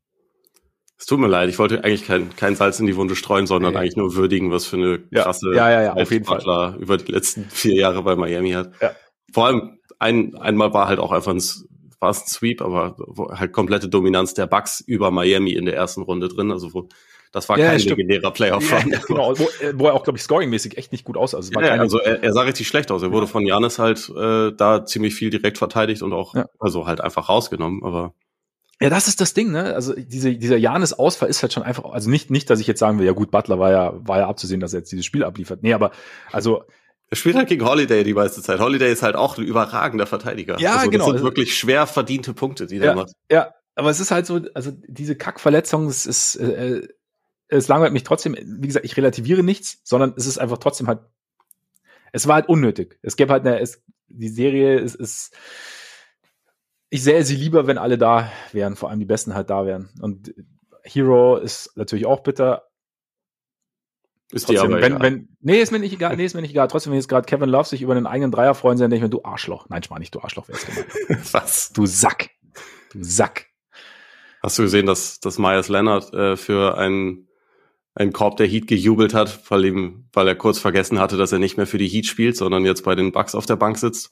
Es tut mir leid, ich wollte eigentlich kein, kein Salz in die Wunde streuen, sondern nee. eigentlich nur würdigen, was für eine krasse ja, ja, ja, auf jeden Fall. über die letzten vier Jahre bei Miami hat. Ja. Vor allem ein, einmal war halt auch einfach ein, war es ein Sweep, aber halt komplette Dominanz der Bucks über Miami in der ersten Runde drin. Also wo, das war ja, kein legendärer Playoff-Run. Ja, genau, wo, wo er auch, glaube ich, scoringmäßig echt nicht gut aussah. Also, ja, also er, er sah richtig schlecht aus. Er wurde von Giannis halt äh, da ziemlich viel direkt verteidigt und auch ja. also halt einfach rausgenommen, aber ja, das ist das Ding, ne? Also diese, dieser Giannis-Ausfall ist halt schon einfach, also nicht, nicht, dass ich jetzt sagen will, ja gut, Butler war ja, war ja abzusehen, dass er jetzt dieses Spiel abliefert. Nee, aber also er spielt halt gegen Holiday die meiste Zeit. Holiday ist halt auch ein überragender Verteidiger. Ja, also, genau. Das sind wirklich schwer verdiente Punkte, die ja, der macht. Ja, aber es ist halt so, also diese Kackverletzung, es ist, äh, es langweilt mich trotzdem. Wie gesagt, ich relativiere nichts, sondern es ist einfach trotzdem halt, es war halt unnötig. Es gäbe halt eine, es, die Serie ist, ist ich sähe sie lieber, wenn alle da wären, vor allem die Besten halt da wären. Und Hero ist natürlich auch bitter. Ist trotzdem, die aber wenn, egal. wenn, nee, ist mir nicht egal, nee, ist mir nicht egal. Trotzdem, wenn jetzt gerade Kevin Love sich über einen eigenen Dreier freuen, dann denke ich mir, du Arschloch. Nein, Schmarrn, nicht du Arschloch, wer ist gemeint? Was? Du Sack. Du Sack. Hast du gesehen, dass, dass Myers Leonard äh, für einen, einen Korb der Heat gejubelt hat, weil ihm, weil er kurz vergessen hatte, dass er nicht mehr für die Heat spielt, sondern jetzt bei den Bucks auf der Bank sitzt?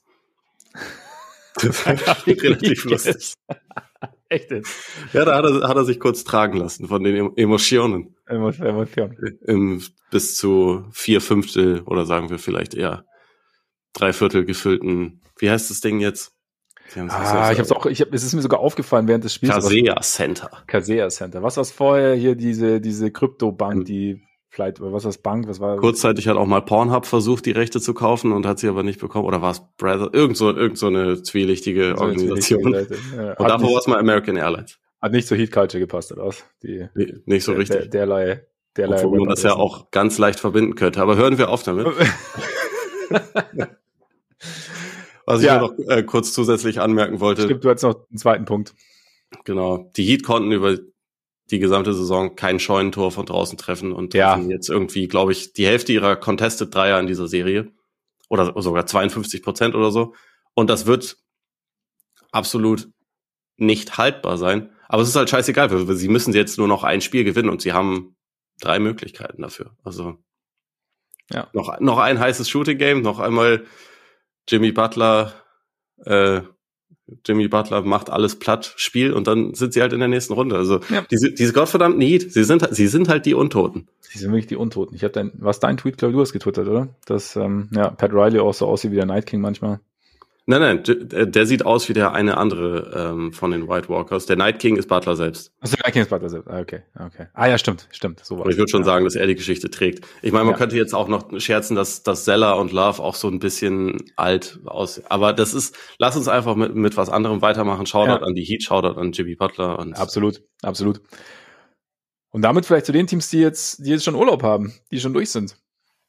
Das ist relativ lustig. Echt jetzt? Ja, da hat er, hat er sich kurz tragen lassen von den Emotionen. Emotionen. Im bis zu vier Fünftel oder sagen wir vielleicht eher drei Viertel gefüllten, wie heißt das Ding jetzt? Ah, ich hab's auch, ich hab, es ist mir sogar aufgefallen während des Spiels. Kaseya Center. Kaseya Center. Was war's vorher hier, diese, diese Krypto-Bank, die vielleicht, was war das Bank, was war? Kurzzeitig hat auch mal Pornhub versucht, die Rechte zu kaufen und hat sie aber nicht bekommen. Oder war es Brother? Irgend so, irgend so eine zwielichtige so Organisation. Eine zwielichtige ja, und davor war es mal American Airlines. Hat nicht zur Heat Culture gepasst, oder was? Die, nee, nicht so der, richtig. Der, derlei, derlei. Obwohl man das ja auch ganz leicht verbinden könnte. Aber hören wir auf damit. Was ich ja noch äh, kurz zusätzlich anmerken wollte. Stimmt, du hattest noch einen zweiten Punkt. Genau. Die Heat konnten über die gesamte Saison kein Scheunentor von draußen treffen und treffen ja. jetzt irgendwie, glaube ich, die Hälfte ihrer Contested Dreier in dieser Serie. Oder sogar zweiundfünfzig Prozent oder so. Und das wird absolut nicht haltbar sein. Aber es ist halt scheißegal, weil sie müssen jetzt nur noch ein Spiel gewinnen und sie haben drei Möglichkeiten dafür. Also ja. noch, noch ein heißes Shooting-Game, noch einmal Jimmy Butler, äh, Jimmy Butler macht alles platt, Spiel und dann sind sie halt in der nächsten Runde. Also ja. diese, diese gottverdammten Heat, sie sind, sie sind halt die Untoten. Sie sind wirklich die Untoten. Ich habe dein, was dein Tweet, glaube ich, du hast getwittert, oder? Dass ähm, ja, Pat Riley auch so aussieht wie der Night King manchmal. Nein, nein, der sieht aus wie der eine andere ähm, von den White Walkers. Der Night King ist Butler selbst. Achso, der Night King ist Butler selbst. Ah, okay, okay. Ah ja, stimmt, stimmt. So war ich würde schon ja. sagen, dass er die Geschichte trägt. Ich meine, man ja. könnte jetzt auch noch scherzen, dass, dass Zeller und Love auch so ein bisschen alt aussehen. Aber das ist, lass uns einfach mit, mit was anderem weitermachen. Shoutout ja. an die Heat, Shoutout an Jimmy Butler. Und absolut, absolut. Und damit vielleicht zu den Teams, die jetzt, die jetzt schon Urlaub haben, die schon durch sind.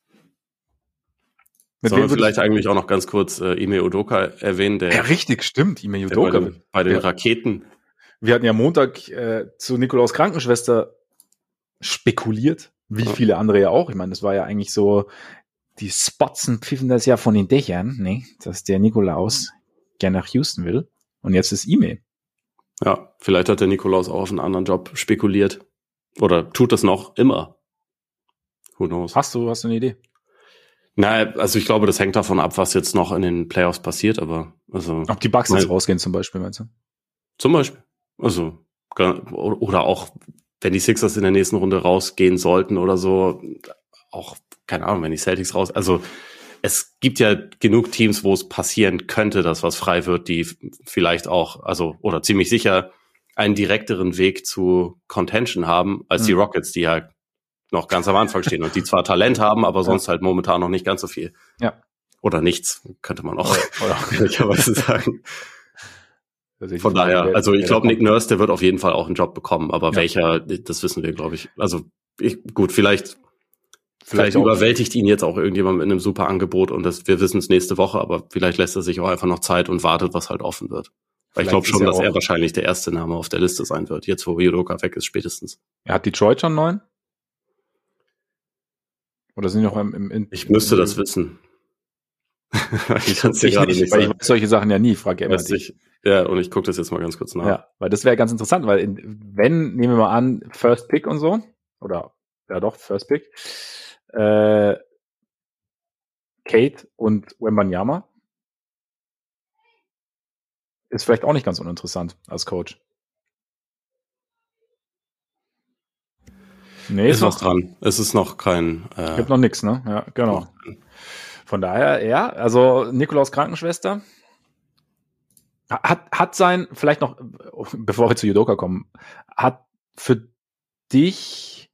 Mit Sollen wir vielleicht eigentlich auch noch ganz kurz äh, Ime Udoka erwähnen? Der, ja, richtig, stimmt, Ime Udoka. Bei den, bei den ja. Raketen. Wir hatten ja Montag äh, zu Nikolaus Krankenschwester spekuliert, wie ja. viele andere ja auch. Ich meine, das war ja eigentlich so, die Spotzen pfiffen das ja von den Dächern, ne, dass der Nikolaus gerne nach Houston will. Und jetzt ist Ime. Ja, vielleicht hat der Nikolaus auch auf einen anderen Job spekuliert. Oder tut das noch immer. Who knows? Hast du, hast du eine Idee? Naja, also ich glaube, das hängt davon ab, was jetzt noch in den Playoffs passiert, aber also. Ob die Bucks jetzt rausgehen zum Beispiel, meinst du? Zum Beispiel. Also, oder auch, wenn die Sixers in der nächsten Runde rausgehen sollten oder so, auch, keine Ahnung, wenn die Celtics raus, also es gibt ja genug Teams, wo es passieren könnte, dass was frei wird, die vielleicht auch, also, oder ziemlich sicher einen direkteren Weg zu Contention haben, als mhm. die Rockets, die halt noch ganz am Anfang stehen und die zwar Talent haben, aber sonst ja. halt momentan noch nicht ganz so viel. Ja. Oder nichts, könnte man auch ehrlicherweise sagen. Also Von daher, also ich glaube, Nick Nurse, der wird auf jeden Fall auch einen Job bekommen, aber ja. welcher, das wissen wir, glaube ich. Also ich, gut, vielleicht, vielleicht, vielleicht überwältigt ihn jetzt auch irgendjemand mit einem super Angebot und das, wir wissen es nächste Woche, aber vielleicht lässt er sich auch einfach noch Zeit und wartet, was halt offen wird. Weil ich glaube schon, dass er wahrscheinlich der erste Name auf der Liste sein wird, jetzt wo Udoka weg ist, spätestens. Er hat Detroit schon neun? Oder sind die noch im, im, im Ich müsste im, das wissen. ich kann es dir gerade nicht sagen. Weil ich weiß solche Sachen ja nie, frage immer dich. Ja, und ich gucke das jetzt mal ganz kurz nach. Ja, weil das wäre ganz interessant, weil in, wenn, nehmen wir mal an, First Pick und so, oder ja doch, First Pick, äh, Kate und Wembanyama ist vielleicht auch nicht ganz uninteressant als Coach. Nee, ist noch dran. Es ist noch kein... Äh, gibt noch nichts, ne? Ja, genau. Von daher, ja, also Nikolaus Krankenschwester hat, hat sein, vielleicht noch, bevor wir zu Udoka kommen, hat für dich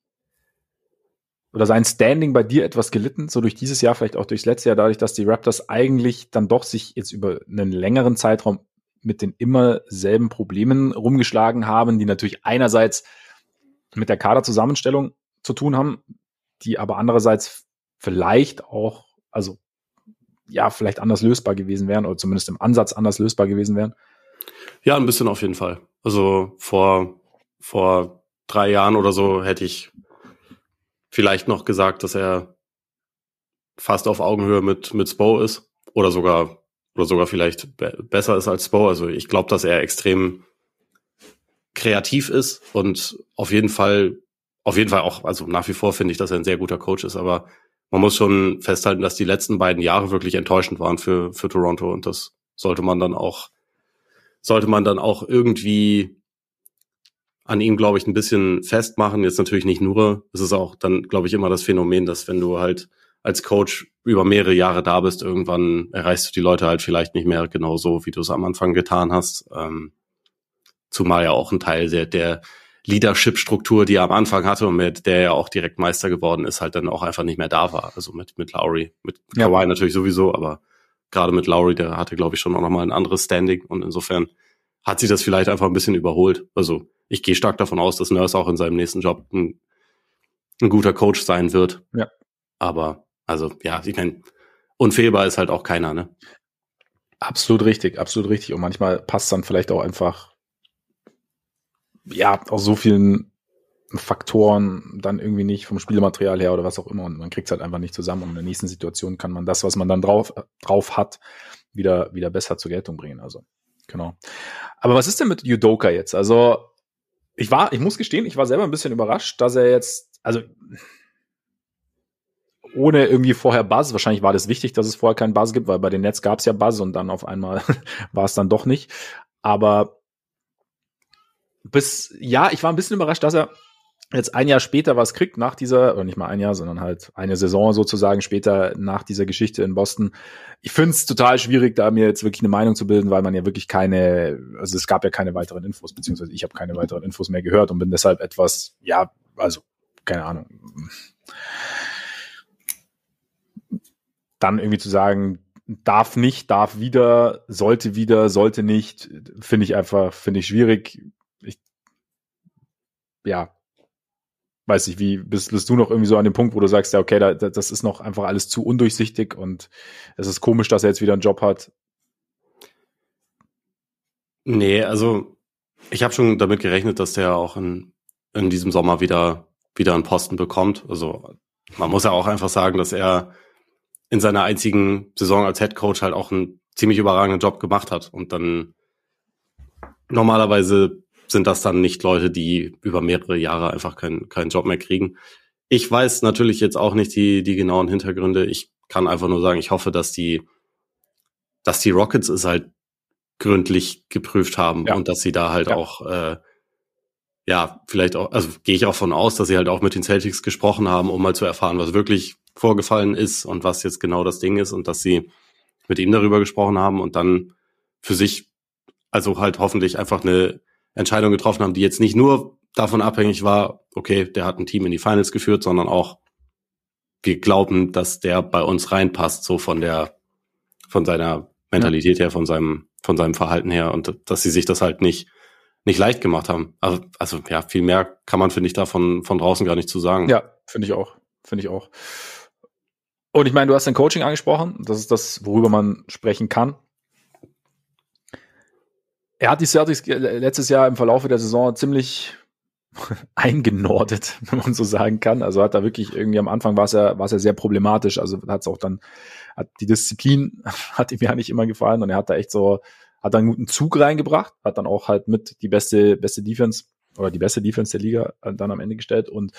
oder sein Standing bei dir etwas gelitten, so durch dieses Jahr, vielleicht auch durchs letzte Jahr, dadurch, dass die Raptors eigentlich dann doch sich jetzt über einen längeren Zeitraum mit den immer selben Problemen rumgeschlagen haben, die natürlich einerseits mit der Kaderzusammenstellung zu tun haben, die aber andererseits vielleicht auch, also ja, vielleicht anders lösbar gewesen wären oder zumindest im Ansatz anders lösbar gewesen wären? Ja, ein bisschen auf jeden Fall. Also vor, vor drei Jahren oder so hätte ich vielleicht noch gesagt, dass er fast auf Augenhöhe mit, mit Spo ist oder sogar, oder sogar vielleicht be- besser ist als Spo. Also ich glaube, dass er extrem kreativ ist und auf jeden Fall, auf jeden Fall auch, also nach wie vor finde ich, dass er ein sehr guter Coach ist, aber man muss schon festhalten, dass die letzten beiden Jahre wirklich enttäuschend waren für, für Toronto und das sollte man dann auch, sollte man dann auch irgendwie an ihm, glaube ich, ein bisschen festmachen. Jetzt natürlich nicht nur, es ist auch dann, glaube ich, immer das Phänomen, dass wenn du halt als Coach über mehrere Jahre da bist, irgendwann erreichst du die Leute halt vielleicht nicht mehr genau so, wie du es am Anfang getan hast. Ähm, zumal ja auch ein Teil der, der Leadership-Struktur, die er am Anfang hatte und mit der er auch direkt Meister geworden ist, halt dann auch einfach nicht mehr da war. Also mit, mit Lowry, mit ja. Kawhi natürlich sowieso, aber gerade mit Lowry, der hatte, glaube ich, schon auch nochmal ein anderes Standing und insofern hat sich das vielleicht einfach ein bisschen überholt. Also ich gehe stark davon aus, dass Nurse auch in seinem nächsten Job ein, ein guter Coach sein wird. Ja. Aber, also, ja, ich meine, unfehlbar ist halt auch keiner, ne? Absolut richtig, absolut richtig. Und manchmal passt dann vielleicht auch einfach, ja, aus so vielen Faktoren dann irgendwie nicht vom Spielmaterial her oder was auch immer und man kriegt es halt einfach nicht zusammen und in der nächsten Situation kann man das, was man dann drauf, drauf hat, wieder, wieder besser zur Geltung bringen. Also, genau. Aber was ist denn mit Udoka jetzt? Also, ich war, ich muss gestehen, ich war selber ein bisschen überrascht, dass er jetzt, also, ohne irgendwie vorher Buzz, wahrscheinlich war das wichtig, dass es vorher keinen Buzz gibt, weil bei den Nets gab es ja Buzz und dann auf einmal war es dann doch nicht. Aber bis, ja, ich war ein bisschen überrascht, dass er jetzt ein Jahr später was kriegt, nach dieser, oder nicht mal ein Jahr, sondern halt eine Saison sozusagen später nach dieser Geschichte in Boston. Ich finde es total schwierig, da mir jetzt wirklich eine Meinung zu bilden, weil man ja wirklich keine, also es gab ja keine weiteren Infos, beziehungsweise ich habe keine weiteren Infos mehr gehört und bin deshalb etwas, ja, also, keine Ahnung. Dann irgendwie zu sagen, darf nicht, darf wieder, sollte wieder, sollte nicht, finde ich einfach, finde ich schwierig. Ich, ja, weiß nicht, wie bist, bist du noch irgendwie so an dem Punkt, wo du sagst, ja, okay, da, das ist noch einfach alles zu undurchsichtig und es ist komisch, dass er jetzt wieder einen Job hat? Nee, also ich habe schon damit gerechnet, dass der auch in, in diesem Sommer wieder, wieder einen Posten bekommt. Also man muss ja auch einfach sagen, dass er in seiner einzigen Saison als Head Coach halt auch einen ziemlich überragenden Job gemacht hat. Und dann normalerweise sind das dann nicht Leute, die über mehrere Jahre einfach keinen keinen Job mehr kriegen. Ich weiß natürlich jetzt auch nicht die die genauen Hintergründe. Ich kann einfach nur sagen, ich hoffe, dass die dass die Rockets es halt gründlich geprüft haben ja. und dass sie da halt ja. auch äh, ja, vielleicht auch, also gehe ich auch von aus, dass sie halt auch mit den Celtics gesprochen haben, um mal zu erfahren, was wirklich vorgefallen ist und was jetzt genau das Ding ist und dass sie mit ihm darüber gesprochen haben und dann für sich also halt hoffentlich einfach eine Entscheidung getroffen haben, die jetzt nicht nur davon abhängig war, okay, der hat ein Team in die Finals geführt, sondern auch wir glauben, dass der bei uns reinpasst, so von der von seiner Mentalität ja. her, von seinem von seinem Verhalten her und dass sie sich das halt nicht nicht leicht gemacht haben. Also, also ja, viel mehr kann man, finde ich, da von, von draußen gar nicht zu sagen. Ja, finde ich auch. Finde ich auch. Und ich meine, du hast dein Coaching angesprochen. Das ist das, worüber man sprechen kann. Er hat die Celtics letztes Jahr im Verlauf der Saison ziemlich eingenordet, wenn man so sagen kann. Also hat da wirklich irgendwie am Anfang war es ja, war es ja sehr problematisch. Also hat es auch dann, hat die Disziplin hat ihm ja nicht immer gefallen und er hat da echt so, hat da einen guten Zug reingebracht, hat dann auch halt mit die beste, beste Defense oder die beste Defense der Liga dann am Ende gestellt. Und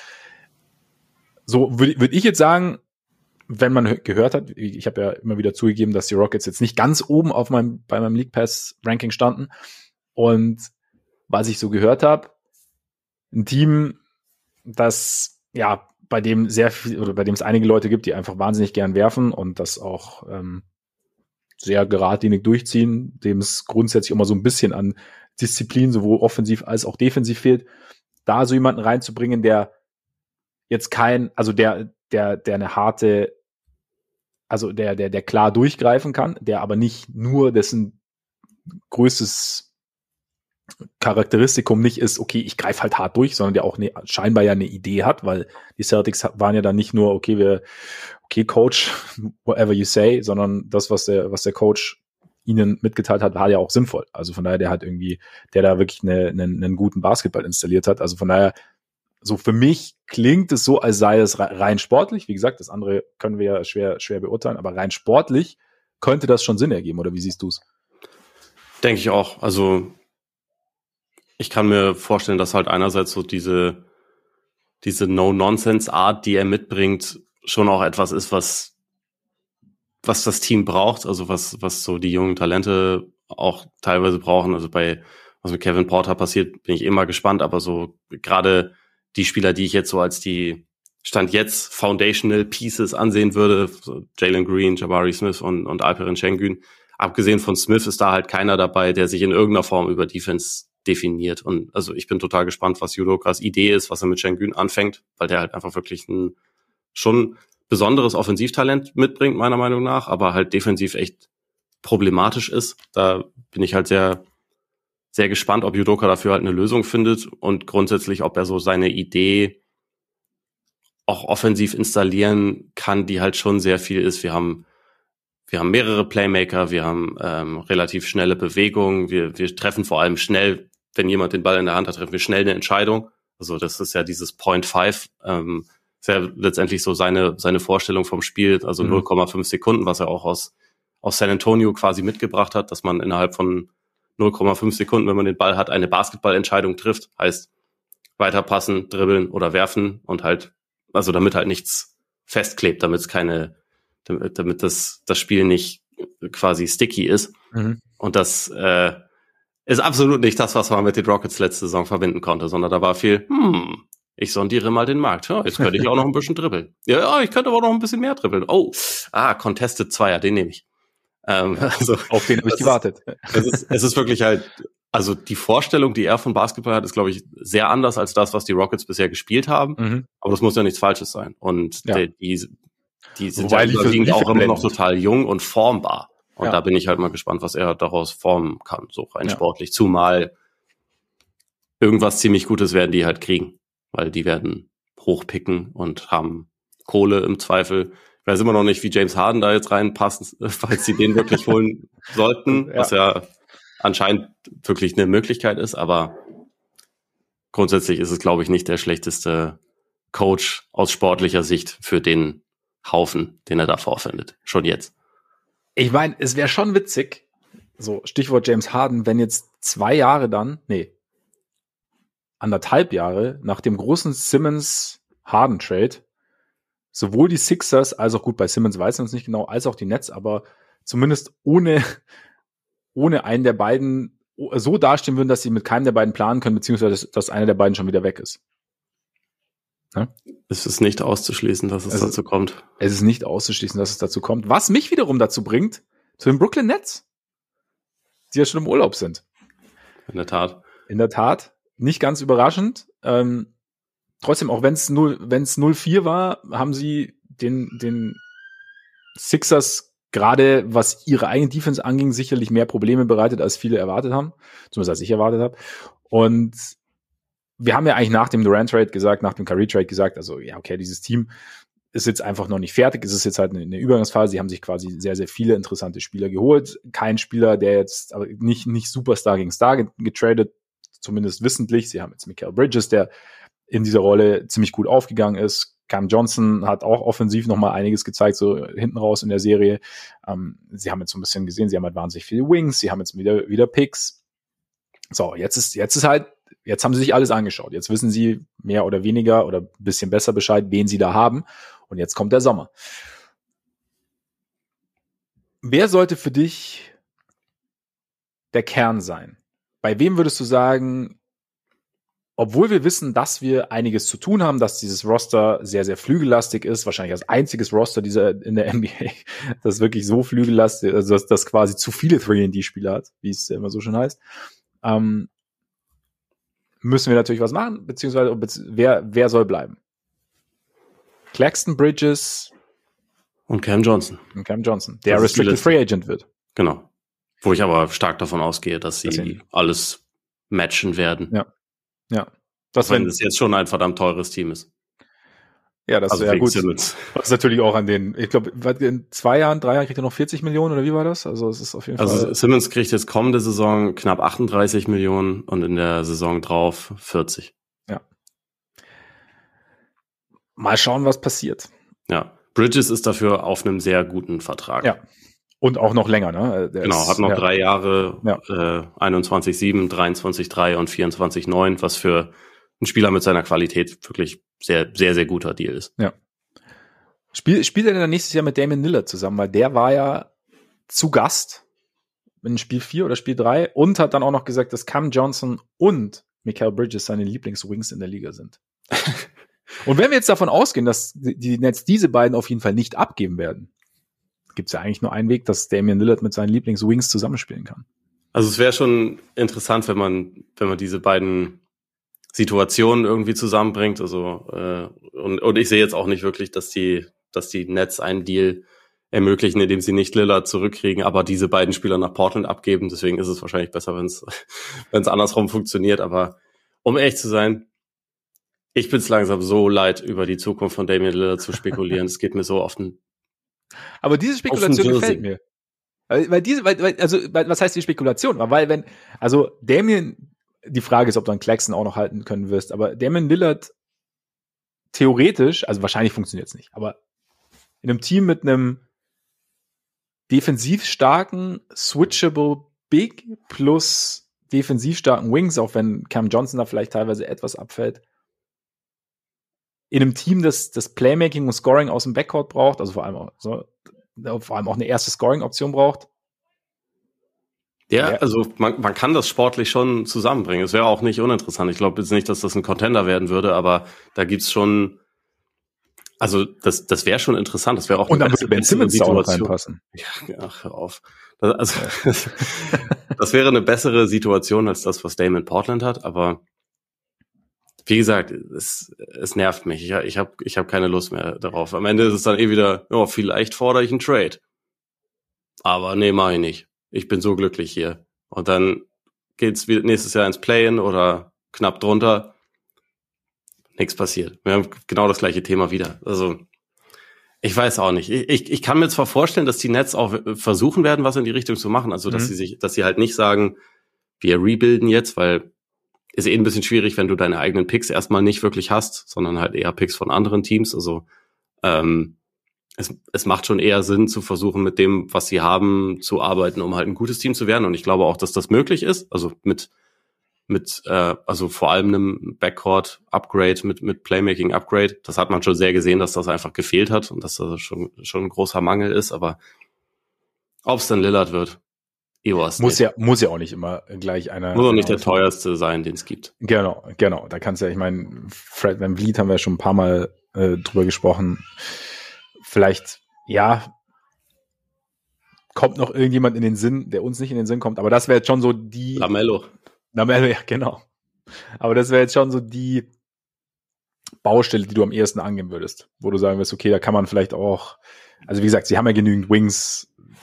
so würde würd ich jetzt sagen, wenn man gehört hat, ich habe ja immer wieder zugegeben, dass die Rockets jetzt nicht ganz oben auf meinem, bei meinem League Pass Ranking standen. Und was ich so gehört habe, ein Team, das, ja, bei dem sehr viel, oder bei dem es einige Leute gibt, die einfach wahnsinnig gern werfen und das auch ähm, sehr geradlinig durchziehen, dem es grundsätzlich immer so ein bisschen an Disziplin, sowohl offensiv als auch defensiv fehlt, da so jemanden reinzubringen, der jetzt kein, also der, der, der eine harte, also der, der, der klar durchgreifen kann, der aber nicht nur dessen größtes Charakteristikum nicht ist, okay, ich greife halt hart durch, sondern der auch ne, scheinbar ja eine Idee hat, weil die Celtics waren ja dann nicht nur, okay, wir, okay, Coach, whatever you say, sondern das, was der, was der Coach ihnen mitgeteilt hat, war ja auch sinnvoll. Also von daher, der hat irgendwie, der da wirklich eine, eine, einen guten Basketball installiert hat. Also von daher, so für mich klingt es so, als sei es rein sportlich. Wie gesagt, das andere können wir ja schwer, schwer beurteilen, aber rein sportlich könnte das schon Sinn ergeben, oder wie siehst du es? Denke ich auch. Also ich kann mir vorstellen, dass halt einerseits so diese, diese No-Nonsense-Art, die er mitbringt, schon auch etwas ist, was, was das Team braucht, also was, was so die jungen Talente auch teilweise brauchen. Also bei, was mit Kevin Porter passiert, bin ich immer gespannt, aber so gerade die Spieler, die ich jetzt so als die Stand jetzt Foundational Pieces ansehen würde, so Jalen Green, Jabari Smith und, und Alperen Şengün, abgesehen von Smith ist da halt keiner dabei, der sich in irgendeiner Form über Defense definiert. Und also ich bin total gespannt, was Udokas Idee ist, was er mit Şengün anfängt, weil der halt einfach wirklich ein schon besonderes Offensivtalent mitbringt, meiner Meinung nach, aber halt defensiv echt problematisch ist. Da bin ich halt sehr, sehr gespannt, ob Udoka dafür halt eine Lösung findet und grundsätzlich, ob er so seine Idee auch offensiv installieren kann, die halt schon sehr viel ist. Wir haben Wir haben mehrere Playmaker, wir haben ähm, relativ schnelle Bewegungen, wir, wir treffen vor allem schnell, wenn jemand den Ball in der Hand hat, treffen wir schnell eine Entscheidung. Also das ist ja dieses Point Five, ähm, ist ja letztendlich so seine seine Vorstellung vom Spiel, also mhm. null Komma fünf Sekunden, was er auch aus aus San Antonio quasi mitgebracht hat, dass man innerhalb von null Komma fünf Sekunden, wenn man den Ball hat, eine Basketballentscheidung trifft, heißt weiterpassen, dribbeln oder werfen und halt, also damit halt nichts festklebt, damit es keine damit, damit das, das Spiel nicht quasi sticky ist. Mhm. Und das äh, ist absolut nicht das, was man mit den Rockets letzte Saison verbinden konnte, sondern da war viel, hm, ich sondiere mal den Markt. Ja, jetzt könnte ich auch noch ein bisschen dribbeln. Ja, ja, ich könnte aber noch ein bisschen mehr dribbeln. Oh, ah, Contested Zweier, den nehme ich. Ähm, also, auf den habe ich gewartet. Ist, es, ist, es ist wirklich halt, also die Vorstellung, die er von Basketball hat, ist, glaube ich, sehr anders als das, was die Rockets bisher gespielt haben. Mhm. Aber das muss ja nichts Falsches sein. Und ja. die, die Die sind Wobei ja überwiegend auch immer noch total jung und formbar. Und ja. da bin ich halt mal gespannt, was er daraus formen kann, so rein ja. sportlich. Zumal irgendwas ziemlich Gutes werden die halt kriegen. Weil die werden hochpicken und haben Kohle im Zweifel. Ich weiß immer noch nicht, wie James Harden da jetzt reinpasst, falls sie den wirklich holen sollten. Ja. Was ja anscheinend wirklich eine Möglichkeit ist. Aber grundsätzlich ist es, glaube ich, nicht der schlechteste Coach aus sportlicher Sicht für den Haufen, den er da vorfindet. Schon jetzt. Ich meine, es wäre schon witzig, so Stichwort James Harden, wenn jetzt zwei Jahre dann, nee, anderthalb Jahre nach dem großen Simmons-Harden-Trade sowohl die Sixers als auch, gut, bei Simmons weiß man es nicht genau, als auch die Nets, aber zumindest ohne, ohne einen der beiden so dastehen würden, dass sie mit keinem der beiden planen können, beziehungsweise dass einer der beiden schon wieder weg ist. Ja? Es ist nicht auszuschließen, dass es, es dazu kommt. Es ist nicht auszuschließen, dass es dazu kommt. Was mich wiederum dazu bringt, zu den Brooklyn Nets, die ja schon im Urlaub sind. In der Tat. In der Tat. Nicht ganz überraschend. Ähm, trotzdem, auch wenn es null vier war, haben sie den, den Sixers gerade was ihre eigene Defense anging, sicherlich mehr Probleme bereitet, als viele erwartet haben. Zumindest als ich erwartet habe. Und wir haben ja eigentlich nach dem Durant-Trade gesagt, nach dem Curry-Trade gesagt, also ja, okay, dieses Team ist jetzt einfach noch nicht fertig. Es ist jetzt halt eine, eine Übergangsphase. Sie haben sich quasi sehr, sehr viele interessante Spieler geholt. Kein Spieler, der jetzt, aber nicht, nicht Superstar gegen Star getradet, zumindest wissentlich. Sie haben jetzt Mikal Bridges, der in dieser Rolle ziemlich gut aufgegangen ist. Cam Johnson hat auch offensiv noch mal einiges gezeigt, so hinten raus in der Serie. Ähm, sie haben jetzt so ein bisschen gesehen, sie haben halt wahnsinnig viele Wings, sie haben jetzt wieder, wieder Picks. So, jetzt ist, jetzt ist halt, jetzt haben sie sich alles angeschaut. Jetzt wissen sie mehr oder weniger oder ein bisschen besser Bescheid, wen sie da haben. Und jetzt kommt der Sommer. Wer sollte für dich der Kern sein? Bei wem würdest du sagen, obwohl wir wissen, dass wir einiges zu tun haben, dass dieses Roster sehr, sehr flügellastig ist, wahrscheinlich als einziges Roster dieser in der N B A, das wirklich so flügellastig, also dass das quasi zu viele drei und D-Spieler hat, wie es immer so schön heißt, ähm, müssen wir natürlich was machen, beziehungsweise wer, wer soll bleiben? Claxton, Bridges und Cam Johnson. Und Cam Johnson, der Restricted Free Agent wird. Genau. Wo ich aber stark davon ausgehe, dass sie das alles matchen werden. Ja. Ja. Das, wenn es jetzt schon ein verdammt teures Team ist. Ja, das also wäre gut. Simmons. Das ist natürlich auch an den, ich glaube, in zwei Jahren, drei Jahren kriegt er noch vierzig Millionen oder wie war das? Also es ist auf jeden also Fall. Also Simmons kriegt jetzt kommende Saison knapp achtunddreißig Millionen und in der Saison drauf vierzig. Ja. Mal schauen, was passiert. Ja. Bridges ist dafür auf einem sehr guten Vertrag. Ja. Und auch noch länger, ne? Der genau, ist, hat noch ja. drei Jahre, ja. äh, einundzwanzig Komma sieben, dreiundzwanzig Komma drei und vierundzwanzig Komma neun, was für ein Spieler mit seiner Qualität wirklich sehr, sehr, sehr guter Deal ist. Ja. Spiel, spielt er dann nächstes Jahr mit Damian Lillard zusammen, weil der war ja zu Gast in Spiel vier oder Spiel drei und hat dann auch noch gesagt, dass Cam Johnson und Mikal Bridges seine Lieblingswings in der Liga sind. Und wenn wir jetzt davon ausgehen, dass die Nets diese beiden auf jeden Fall nicht abgeben werden, gibt es ja eigentlich nur einen Weg, dass Damian Lillard mit seinen Lieblingswings zusammenspielen kann. Also es wäre schon interessant, wenn man, wenn man diese beiden Situationen irgendwie zusammenbringt. Also äh, und, und ich sehe jetzt auch nicht wirklich, dass die, dass die Nets einen Deal ermöglichen, indem sie nicht Lillard zurückkriegen, aber diese beiden Spieler nach Portland abgeben. Deswegen ist es wahrscheinlich besser, wenn es wenn es andersrum funktioniert. Aber um ehrlich zu sein, ich bin es langsam so leid, über die Zukunft von Damian Lillard zu spekulieren. Es geht mir so auf den Aber diese Spekulation gefällt mir. Weil, weil diese, weil, weil, also, weil, was heißt die Spekulation? Weil, wenn, also, Damian, die Frage ist, ob du einen Claxton auch noch halten können wirst, aber Damian Lillard theoretisch, also wahrscheinlich funktioniert es nicht, aber in einem Team mit einem defensiv starken, switchable Big plus defensiv starken Wings, auch wenn Cam Johnson da vielleicht teilweise etwas abfällt, in einem Team, das das Playmaking und Scoring aus dem Backcourt braucht, also vor allem auch, so, vor allem auch eine erste Scoring-Option braucht. Ja, ja. also man, man kann das sportlich schon zusammenbringen. Es wäre auch nicht uninteressant. Ich glaube jetzt nicht, dass das ein Contender werden würde, aber da gibt's schon, also das das wäre schon interessant. Das wäre auch und eine dann würde Ben Simmons da auch reinpassen. Ja, ach, hör auf. Das, also das wäre eine bessere Situation als das, was Dame in Portland hat, aber wie gesagt, es, es nervt mich. Ich, ich habe ich hab keine Lust mehr darauf. Am Ende ist es dann eh wieder, ja, vielleicht fordere ich einen Trade. Aber nee, mach ich nicht. Ich bin so glücklich hier. Und dann geht's nächstes Jahr ins Play-In oder knapp drunter. Nichts passiert. Wir haben genau das gleiche Thema wieder. Also, ich weiß auch nicht. Ich, ich, ich kann mir zwar vorstellen, dass die Nets auch versuchen werden, was in die Richtung zu machen. Also, dass mhm. sie sich, dass sie halt nicht sagen, wir rebuilden jetzt, weil ist eh ein bisschen schwierig, wenn du deine eigenen Picks erstmal nicht wirklich hast, sondern halt eher Picks von anderen Teams. Also ähm, es, es macht schon eher Sinn, zu versuchen, mit dem, was sie haben, zu arbeiten, um halt ein gutes Team zu werden. Und ich glaube auch, dass das möglich ist. Also mit mit äh, also vor allem einem Backcourt-Upgrade, mit mit Playmaking-Upgrade. Das hat man schon sehr gesehen, dass das einfach gefehlt hat und dass das schon schon ein großer Mangel ist. Aber ob es dann Lillard wird, muss nicht. ja muss ja auch nicht immer gleich einer. Muss auch nicht der teuerste sein, den es gibt. Genau, genau. Da kannst du ja, ich meine, Fred VanVleet haben wir schon ein paar Mal äh, drüber gesprochen. Vielleicht, ja, kommt noch irgendjemand in den Sinn, der uns nicht in den Sinn kommt. Aber das wäre jetzt schon so die. Lamello. Lamello, ja, genau. Aber das wäre jetzt schon so die Baustelle, die du am ehesten angehen würdest, wo du sagen wirst, okay, da kann man vielleicht auch. Also wie gesagt, sie haben ja genügend Wings.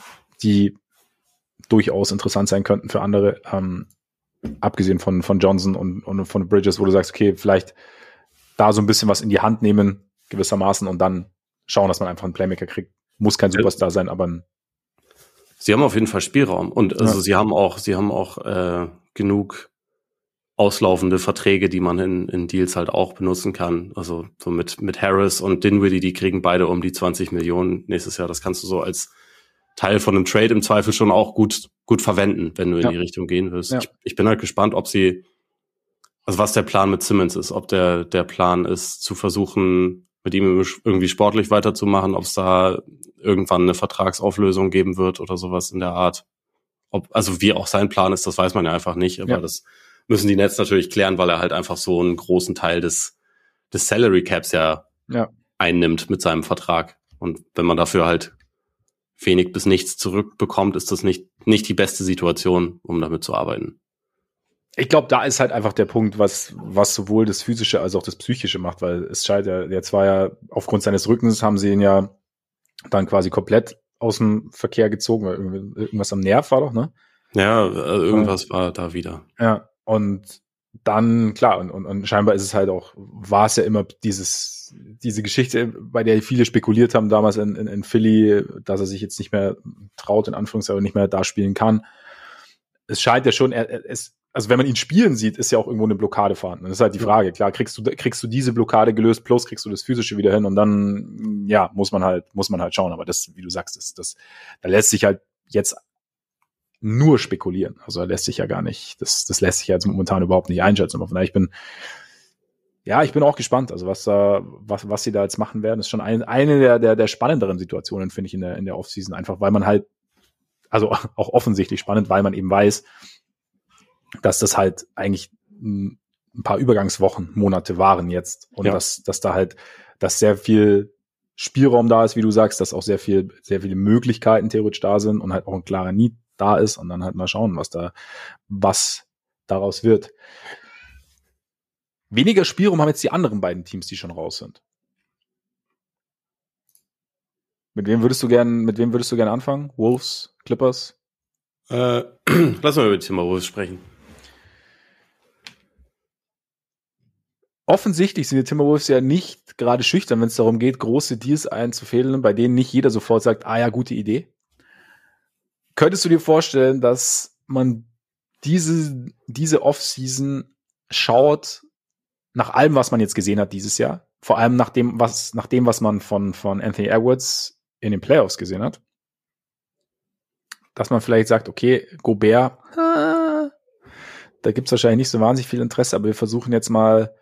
die durchaus interessant sein könnten für andere, ähm, abgesehen von, von Johnson und, und von Bridges, wo du sagst, okay, vielleicht da so ein bisschen was in die Hand nehmen, gewissermaßen, und dann schauen, dass man einfach einen Playmaker kriegt. Muss kein Superstar sein, aber ein Sie haben auf jeden Fall Spielraum und also ja. sie haben auch, sie haben auch äh, genug auslaufende Verträge, die man in, in Deals halt auch benutzen kann. Also so mit mit Harris und Dinwiddie, die kriegen beide um die zwanzig Millionen nächstes Jahr. Das kannst du so als Teil von einem Trade im Zweifel schon auch gut gut verwenden, wenn du in Ja. die Richtung gehen willst. Ja. Ich, ich bin halt gespannt, ob sie, also was der Plan mit Simmons ist, ob der der Plan ist, zu versuchen, mit ihm irgendwie sportlich weiterzumachen, ob es da irgendwann eine Vertragsauflösung geben wird oder sowas in der Art. Ob, also wie auch sein Plan ist, das weiß man ja einfach nicht, aber Ja. das müssen die Nets natürlich klären, weil er halt einfach so einen großen Teil des des Salary Caps ja, Ja. einnimmt mit seinem Vertrag. Und wenn man dafür halt wenig bis nichts zurückbekommt, ist das nicht nicht die beste Situation, um damit zu arbeiten. Ich glaube, da ist halt einfach der Punkt, was, was sowohl das Physische als auch das Psychische macht, weil es scheint ja, jetzt war ja, aufgrund seines Rückens haben sie ihn ja dann quasi komplett aus dem Verkehr gezogen, weil irgendwas am Nerv war doch, ne? Ja, irgendwas ja. war da wieder. Ja, und dann, klar, und, und, und scheinbar ist es halt auch, war es ja immer dieses, diese Geschichte, bei der viele spekuliert haben damals in, in, in Philly, dass er sich jetzt nicht mehr traut, in Anführungszeichen, nicht mehr da spielen kann. Es scheint ja schon, er, er, es, also wenn man ihn spielen sieht, ist ja auch irgendwo eine Blockade vorhanden. Das ist halt die Frage. Klar, kriegst du, kriegst du diese Blockade gelöst, plus kriegst du das Physische wieder hin und dann, ja, muss man halt, muss man halt schauen. Aber das, wie du sagst, das, das, da lässt sich halt jetzt nur spekulieren. Also da lässt sich ja gar nicht, das, das lässt sich jetzt momentan überhaupt nicht einschätzen. Aber von daher, ich bin, ja, ich bin auch gespannt. Also was da, was, was sie da jetzt machen werden, ist schon ein, eine der, der, der spannenderen Situationen, finde ich, in der, in der Offseason. Einfach, weil man halt, also auch offensichtlich spannend, weil man eben weiß, dass das halt eigentlich ein paar Übergangswochen, Monate waren jetzt und ja. dass, dass da halt, dass sehr viel Spielraum da ist, wie du sagst, dass auch sehr viel, sehr viele Möglichkeiten theoretisch da sind und halt auch ein klarer Need da ist und dann halt mal schauen, was da, was daraus wird. Weniger Spielraum haben jetzt die anderen beiden Teams, die schon raus sind. Mit wem würdest du gern, mit wem würdest du gern anfangen? Wolves, Clippers? Äh, lass mal über die Timberwolves sprechen. Offensichtlich sind die Timberwolves ja nicht gerade schüchtern, wenn es darum geht, große Deals einzufädeln, bei denen nicht jeder sofort sagt, ah ja, gute Idee. Könntest du dir vorstellen, dass man diese, diese Offseason schaut, nach allem, was man jetzt gesehen hat dieses Jahr, vor allem nach dem, was, nach dem, was man von, von Anthony Edwards in den Playoffs gesehen hat, dass man vielleicht sagt, okay, Gobert, ah, da gibt's wahrscheinlich nicht so wahnsinnig viel Interesse, aber wir versuchen jetzt mal,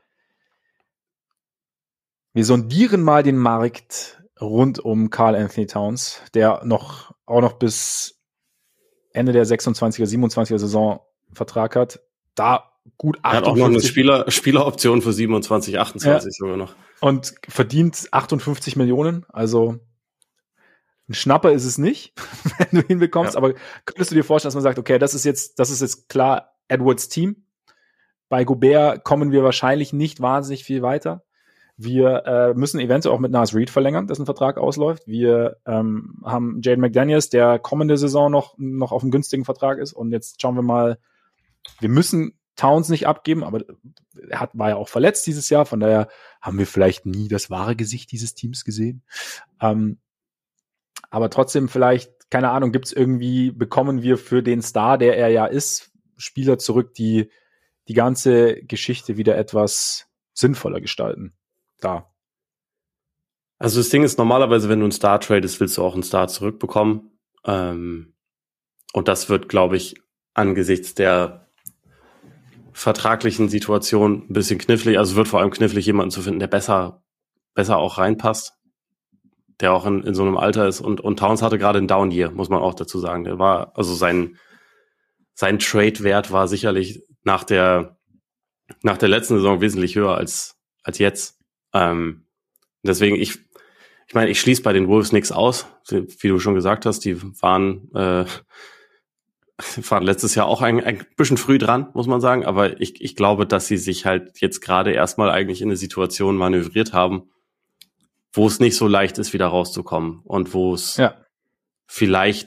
wir sondieren mal den Markt rund um Karl Anthony Towns, der noch auch noch bis Ende der sechsundzwanziger, siebenundzwanziger Saison Vertrag hat. Da gut achtundfünfzig. Er hat auch noch eine Spieler, Spieleroption für siebenundzwanzig, achtundzwanzig ja. sogar noch. Und verdient achtundfünfzig Millionen. Also ein Schnapper ist es nicht, wenn du ihn bekommst. Ja. Aber könntest du dir vorstellen, dass man sagt, okay, das ist jetzt, das ist jetzt klar Edwards Team. Bei Gobert kommen wir wahrscheinlich nicht wahnsinnig viel weiter. Wir äh, müssen eventuell auch mit Naz Reid verlängern, dessen Vertrag ausläuft. Wir ähm, haben Jaden McDaniels, der kommende Saison noch, noch auf einem günstigen Vertrag ist. Und jetzt schauen wir mal, wir müssen Towns nicht abgeben, aber er hat, war ja auch verletzt dieses Jahr. Von daher haben wir vielleicht nie das wahre Gesicht dieses Teams gesehen. Ähm, aber trotzdem vielleicht, keine Ahnung, gibt's irgendwie, bekommen wir für den Star, der er ja ist, Spieler zurück, die die ganze Geschichte wieder etwas sinnvoller gestalten. Da. Also das Ding ist, normalerweise, wenn du einen Star tradest, willst du auch einen Star zurückbekommen. Ähm, und das wird, glaube ich, angesichts der vertraglichen Situation ein bisschen knifflig. Also wird vor allem knifflig, jemanden zu finden, der besser besser auch reinpasst, der auch in, in so einem Alter ist. Und, und Towns hatte gerade einen Down-Year, muss man auch dazu sagen. Der war, also sein, sein Trade-Wert war sicherlich nach der, nach der letzten Saison wesentlich höher als, als jetzt. Ähm, deswegen, ich, ich meine, ich schließe bei den Wolves nichts aus, wie du schon gesagt hast, die waren, äh, waren letztes Jahr auch ein, ein bisschen früh dran, muss man sagen, aber ich, ich glaube, dass sie sich halt jetzt gerade erstmal eigentlich in eine Situation manövriert haben, wo es nicht so leicht ist, wieder rauszukommen und wo es ja. vielleicht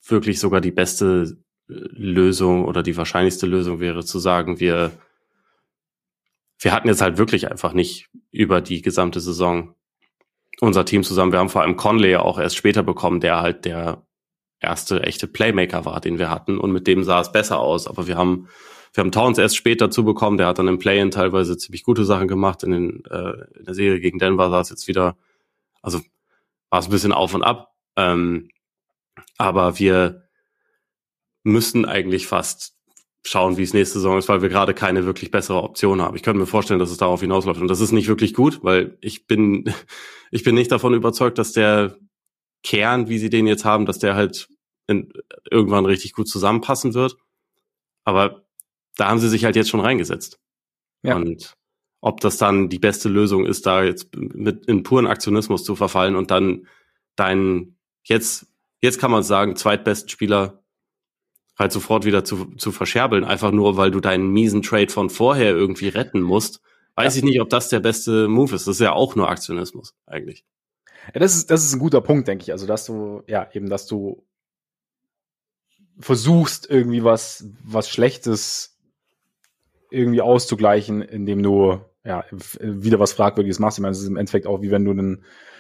wirklich sogar die beste Lösung oder die wahrscheinlichste Lösung wäre zu sagen, wir wir hatten jetzt halt wirklich einfach nicht über die gesamte Saison unser Team zusammen. Wir haben vor allem Conley ja auch erst später bekommen, der halt der erste echte Playmaker war, den wir hatten, und mit dem sah es besser aus. Aber wir haben wir haben Towns erst später dazu bekommen, der hat dann im Play-In teilweise ziemlich gute Sachen gemacht. In, den, äh, in der Serie gegen Denver sah es jetzt wieder, also war es ein bisschen auf und ab. Ähm, aber wir müssen eigentlich fast schauen, wie es nächste Saison ist, weil wir gerade keine wirklich bessere Option haben. Ich könnte mir vorstellen, dass es darauf hinausläuft. Und das ist nicht wirklich gut, weil ich bin, ich bin nicht davon überzeugt, dass der Kern, wie sie den jetzt haben, dass der halt in, irgendwann richtig gut zusammenpassen wird. Aber da haben sie sich halt jetzt schon reingesetzt. Ja. Und ob das dann die beste Lösung ist, da jetzt mit in puren Aktionismus zu verfallen und dann deinen, jetzt, jetzt kann man sagen, zweitbesten Spieler halt sofort wieder zu, zu verscherbeln, einfach nur, weil du deinen miesen Trade von vorher irgendwie retten musst. Weiß ja. ich nicht, ob das der beste Move ist. Das ist ja auch nur Aktionismus, eigentlich. Ja, das ist, das ist ein guter Punkt, denke ich. Also, dass du, ja, eben, dass du versuchst, irgendwie was, was Schlechtes irgendwie auszugleichen, indem du, ja, wieder was Fragwürdiges machst. Ich meine, es ist im Endeffekt auch wie wenn du einen,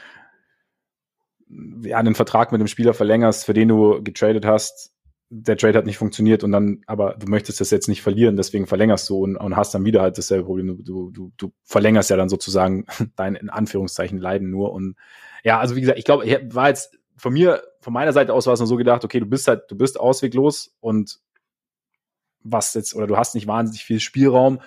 ja, einen Vertrag mit dem Spieler verlängerst, für den du getradet hast. Der Trade hat nicht funktioniert und dann, aber du möchtest das jetzt nicht verlieren, deswegen verlängerst du und, und hast dann wieder halt dasselbe Problem. Du, du, du verlängerst ja dann sozusagen dein, in Anführungszeichen, Leiden nur. Und ja, also wie gesagt, ich glaube, ich war jetzt von mir, von meiner Seite aus war es nur so gedacht, okay, du bist halt, du bist ausweglos und was jetzt, oder du hast nicht wahnsinnig viel Spielraum.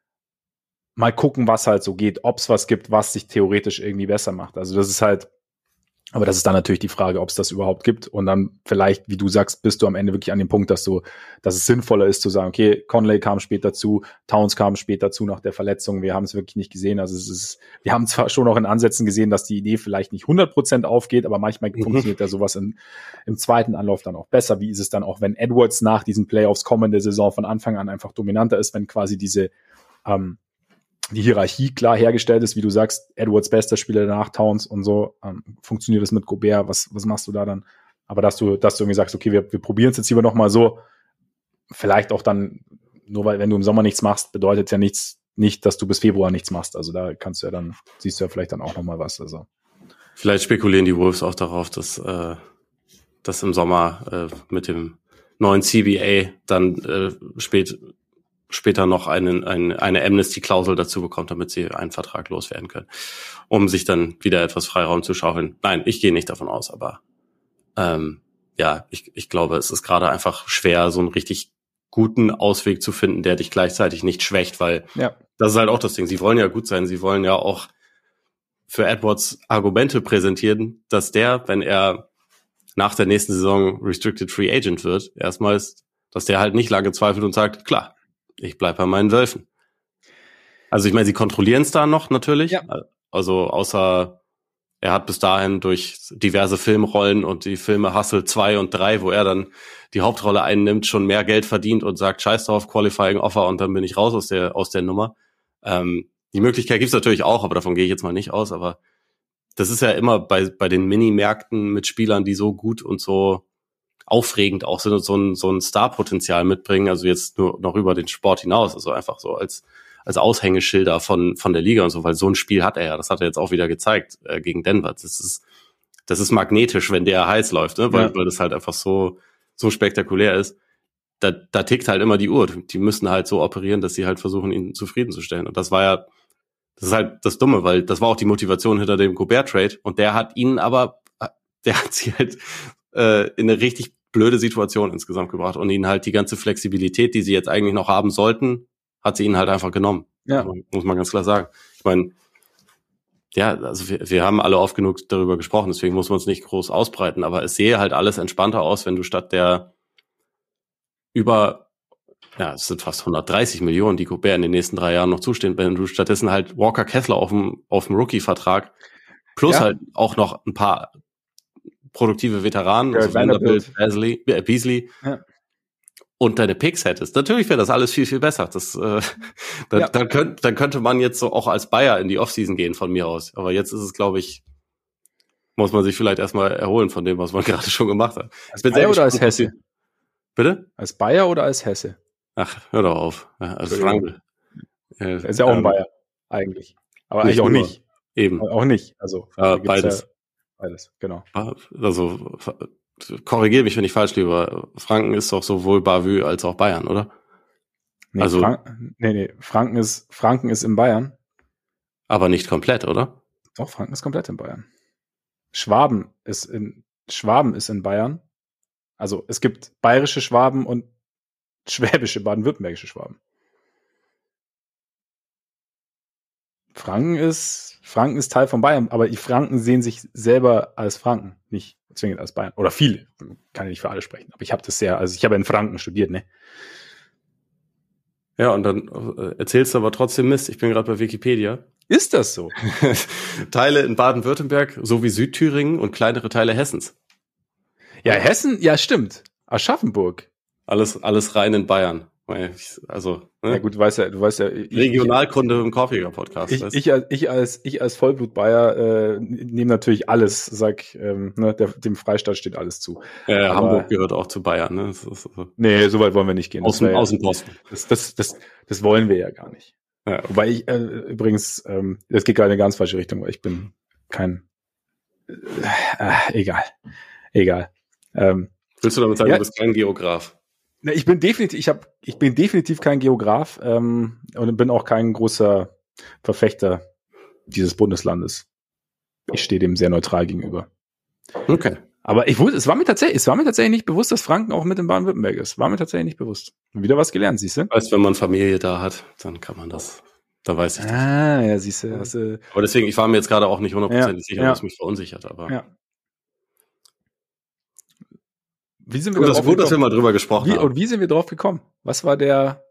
Mal gucken, was halt so geht, ob es was gibt, was sich theoretisch irgendwie besser macht. Also das ist halt, aber das ist dann natürlich die Frage, ob es das überhaupt gibt. Und dann vielleicht, wie du sagst, bist du am Ende wirklich an dem Punkt, dass du, dass es sinnvoller ist zu sagen, okay, Conley kam später zu, Towns kam später zu nach der Verletzung. Wir haben es wirklich nicht gesehen. Also es ist, wir haben zwar schon auch in Ansätzen gesehen, dass die Idee vielleicht nicht hundert Prozent aufgeht, aber manchmal mhm. funktioniert ja sowas im, im zweiten Anlauf dann auch besser. Wie ist es dann auch, wenn Edwards nach diesen Playoffs kommende Saison von Anfang an einfach dominanter ist, wenn quasi diese, ähm, die Hierarchie klar hergestellt ist, wie du sagst, Edwards bester Spieler danach, Towns und so, ähm, funktioniert das mit Gobert, was, was machst du da dann? Aber dass du, dass du irgendwie sagst, okay, wir, wir probieren es jetzt lieber nochmal so, vielleicht auch dann, nur weil, wenn du im Sommer nichts machst, bedeutet ja nichts, nicht, dass du bis Februar nichts machst, also da kannst du ja dann, siehst du ja vielleicht dann auch nochmal was, also. Vielleicht spekulieren die Wolves auch darauf, dass, äh, dass im Sommer, äh, mit dem neuen C B A dann, äh, spät, später noch einen, eine, eine Amnesty-Klausel dazu bekommt, damit sie einen Vertrag loswerden können, um sich dann wieder etwas Freiraum zu schaufeln. Nein, ich gehe nicht davon aus, aber ähm, ja, ich, ich glaube, es ist gerade einfach schwer, so einen richtig guten Ausweg zu finden, der dich gleichzeitig nicht schwächt, weil ja. das ist halt auch das Ding. Sie wollen ja gut sein, sie wollen ja auch für Edwards Argumente präsentieren, dass der, wenn er nach der nächsten Saison Restricted Free Agent wird, erstmals, dass der halt nicht lange zweifelt und sagt, klar, ich bleib bei meinen Wölfen. Also ich meine, sie kontrollieren es da noch natürlich. Ja. Also außer er hat bis dahin durch diverse Filmrollen und die Filme Hustle zwei und drei, wo er dann die Hauptrolle einnimmt, schon mehr Geld verdient und sagt, scheiß drauf, Qualifying Offer und dann bin ich raus aus der aus der Nummer. Ähm, die Möglichkeit gibt's natürlich auch, aber davon gehe ich jetzt mal nicht aus. Aber das ist ja immer bei bei den Minimärkten mit Spielern, die so gut und so aufregend auch sind und so ein, so ein Star-Potenzial mitbringen, also jetzt nur noch über den Sport hinaus, also einfach so als als Aushängeschilder von von der Liga und so, weil so ein Spiel hat er ja, das hat er jetzt auch wieder gezeigt äh, gegen Denver. Das ist das ist magnetisch, wenn der heiß läuft, ne? weil, ja. weil das halt einfach so so spektakulär ist. Da, da tickt halt immer die Uhr. Die müssen halt so operieren, dass sie halt versuchen, ihn zufriedenzustellen. Und das war ja, das ist halt das Dumme, weil das war auch die Motivation hinter dem Gobert-Trade und der hat ihnen aber, der hat sie halt äh, in eine richtig blöde Situation insgesamt gebracht und ihnen halt die ganze Flexibilität, die sie jetzt eigentlich noch haben sollten, hat sie ihnen halt einfach genommen. Ja. Muss man ganz klar sagen. Ich meine, ja, also wir, wir haben alle oft genug darüber gesprochen, deswegen muss man es nicht groß ausbreiten, aber es sehe halt alles entspannter aus, wenn du statt der über, ja, es sind fast hundertdreißig Millionen, die Gobert in den nächsten drei Jahren noch zustehen, wenn du stattdessen halt Walker Kessler auf dem, auf dem Rookie-Vertrag plus ja. halt auch noch ein paar produktive Veteranen, also Vanderbilt, Beasley, äh, Beasley ja. und deine Picks hättest. Natürlich wäre das alles viel, viel besser. Das, äh, dann, ja. dann, könnt, dann könnte man jetzt so auch als Bayer in die Offseason gehen von mir aus. Aber jetzt ist es, glaube ich, muss man sich vielleicht erstmal erholen von dem, was man gerade schon gemacht hat. Als Bayer oder als Hesse? Bitte? Als Bayer oder als Hesse? Ach, hör doch auf. Ja, als Frank. Er ist ja auch ein ähm, Bayer, eigentlich. Aber eigentlich auch nicht. Eben. Auch nicht. Also ja, beides. Ja beides, genau. Also korrigiere mich, wenn ich falsch liege. Franken ist doch sowohl Bavü als auch Bayern, oder? Nee, also, Frank- nee, nee. Franken ist, Franken ist in Bayern. Aber nicht komplett, oder? Doch, Franken ist komplett in Bayern. Schwaben ist in, Schwaben ist in Bayern. Also es gibt bayerische Schwaben und schwäbische, baden-württembergische Schwaben. Franken ist, Franken ist Teil von Bayern, aber die Franken sehen sich selber als Franken, nicht zwingend als Bayern. Oder viele, kann ich nicht für alle sprechen. Aber ich habe das sehr, also ich habe in Franken studiert, ne? Ja, und dann äh, erzählst du aber trotzdem Mist. Ich bin gerade bei Wikipedia. Ist das so? Teile in Baden-Württemberg sowie Südthüringen und kleinere Teile Hessens. Ja, Hessen, ja, stimmt. Aschaffenburg. Alles, alles rein in Bayern. Also, ne? Ja gut, du weißt ja, du weißt ja. Ich, Regionalkunde ich, im Korfiger-Podcast. Ich, ich, als, ich als, ich als Vollblut-Bayer äh, nehme natürlich alles, sag, ähm, ne, der, dem Freistaat steht alles zu. Ja, aber Hamburg gehört auch zu Bayern, ne? Das ist so. Nee, so weit wollen wir nicht gehen. Außen, ja, Außenposten. Das, das, das, das wollen wir ja gar nicht. Ja. Wobei ich, äh, übrigens, ähm, das geht gerade in eine ganz falsche Richtung, weil ich bin kein, äh, äh, egal, egal. Ähm, Willst du damit sagen, ja, du bist kein Geograf? Ne, ich bin definitiv, ich habe, ich bin definitiv kein Geograf ähm, und bin auch kein großer Verfechter dieses Bundeslandes. Ich stehe dem sehr neutral gegenüber. Okay. Aber ich wusste, es war mir tatsächlich, es war mir tatsächlich nicht bewusst, dass Franken auch mit in Baden-Württemberg ist. War mir tatsächlich nicht bewusst. Wieder was gelernt, siehst du? Weißt, wenn man Familie da hat, dann kann man das. Da weiß ich das. Ah, ja, siehst du. Hast du aber deswegen, ich war mir jetzt gerade auch nicht hundertprozentig ja, sicher, ja. was mich verunsichert, aber. Ja. Wie sind wir gut, das gut, dass wir mal drüber gesprochen wie, haben. Und wie sind wir drauf gekommen? Was war der?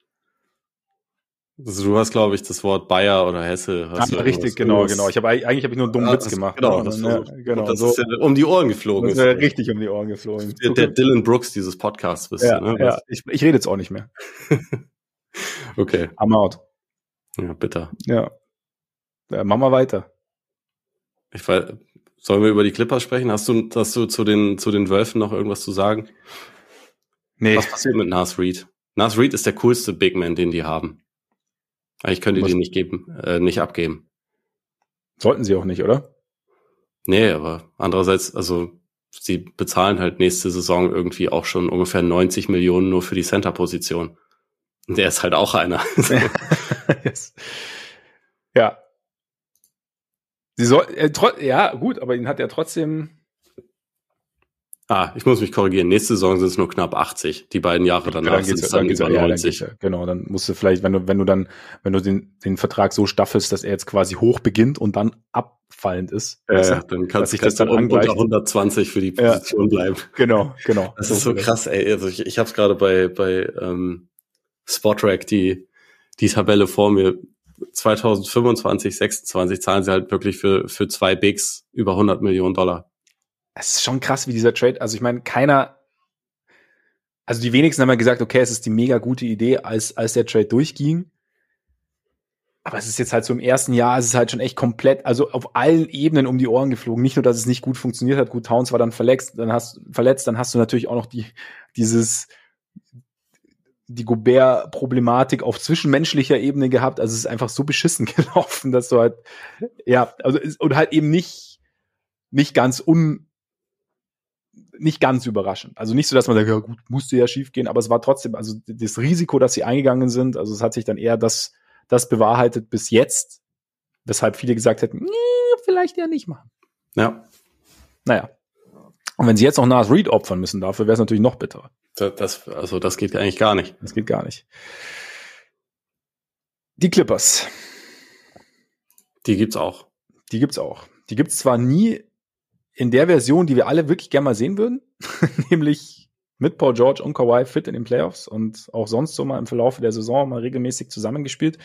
Also du hast, glaube ich, das Wort Bayer oder Hesse. Hast ah, richtig, genau, Kurs. genau. Ich habe eigentlich habe ich nur einen dummen ah, Witz gemacht. Genau, das, ja, genau. das so, ist ja um die Ohren geflogen. Das ist ja richtig um die Ohren geflogen. Der, der Dylan Brooks dieses Podcasts bist ja, du, ne? Ja, ich, ich rede jetzt auch nicht mehr. Okay. I'm out. Ja, bitter. Ja. ja machen wir weiter. Ich weiß, sollen wir über die Clippers sprechen? Hast du, hast du zu den, zu den Wölfen noch irgendwas zu sagen? Nee. Was passiert mit Naz Reid? Naz Reid ist der coolste Big Man, den die haben. Ich könnte die nicht geben, äh, nicht abgeben. Sollten sie auch nicht, oder? Nee, aber andererseits, also sie bezahlen halt nächste Saison irgendwie auch schon ungefähr neunzig Millionen nur für die Center-Position. Und der ist halt auch einer. yes. Ja. Sie soll, äh, tro- ja, gut, aber ihn hat er trotzdem. Ah, ich muss mich korrigieren. Nächste Saison sind es nur knapp achtzig. Die beiden Jahre danach ja, dann sind es dann, dann über ja, neunzig. Dann genau, dann musst du vielleicht, wenn du, wenn du dann, wenn du den, den Vertrag so staffelst, dass er jetzt quasi hoch beginnt und dann abfallend ist. Ja, ja dann kannst du das dann unter hundertzwanzig für die Position ja, bleiben. Genau, genau. Das so ist so krass, ey. Also ich, ich habe es gerade bei, bei ähm, Spotrac die, die Tabelle vor mir. zwanzig fünfundzwanzig, sechsundzwanzig zahlen sie halt wirklich für, für zwei Bigs über hundert Millionen Dollar. Es ist schon krass, wie dieser Trade, also ich meine, keiner, also die wenigsten haben ja gesagt, okay, es ist die mega gute Idee, als, als der Trade durchging. Aber es ist jetzt halt so im ersten Jahr, es ist halt schon echt komplett, also auf allen Ebenen um die Ohren geflogen. Nicht nur, dass es nicht gut funktioniert hat, gut, Towns war dann verletzt, dann hast, verletzt, dann hast du natürlich auch noch die, dieses, die Gobert-Problematik auf zwischenmenschlicher Ebene gehabt. Also es ist einfach so beschissen gelaufen, dass du halt, ja, also, und halt eben nicht, nicht ganz un, nicht ganz überraschend. Also nicht so, dass man sagt, ja gut, musste ja schief gehen, aber es war trotzdem, also das Risiko, dass sie eingegangen sind, also es hat sich dann eher das, das bewahrheitet bis jetzt, weshalb viele gesagt hätten, vielleicht ja nicht machen. Ja. Naja. Und wenn sie jetzt noch Naz Reid opfern müssen dafür, wäre es natürlich noch bitterer. Das, das, also das geht eigentlich gar nicht. Das geht gar nicht. Die Clippers. Die gibt's auch. Die gibt's auch. Die gibt's zwar nie in der Version, die wir alle wirklich gerne mal sehen würden, nämlich mit Paul George und Kawhi fit in den Playoffs und auch sonst so mal im Verlauf der Saison mal regelmäßig zusammengespielt.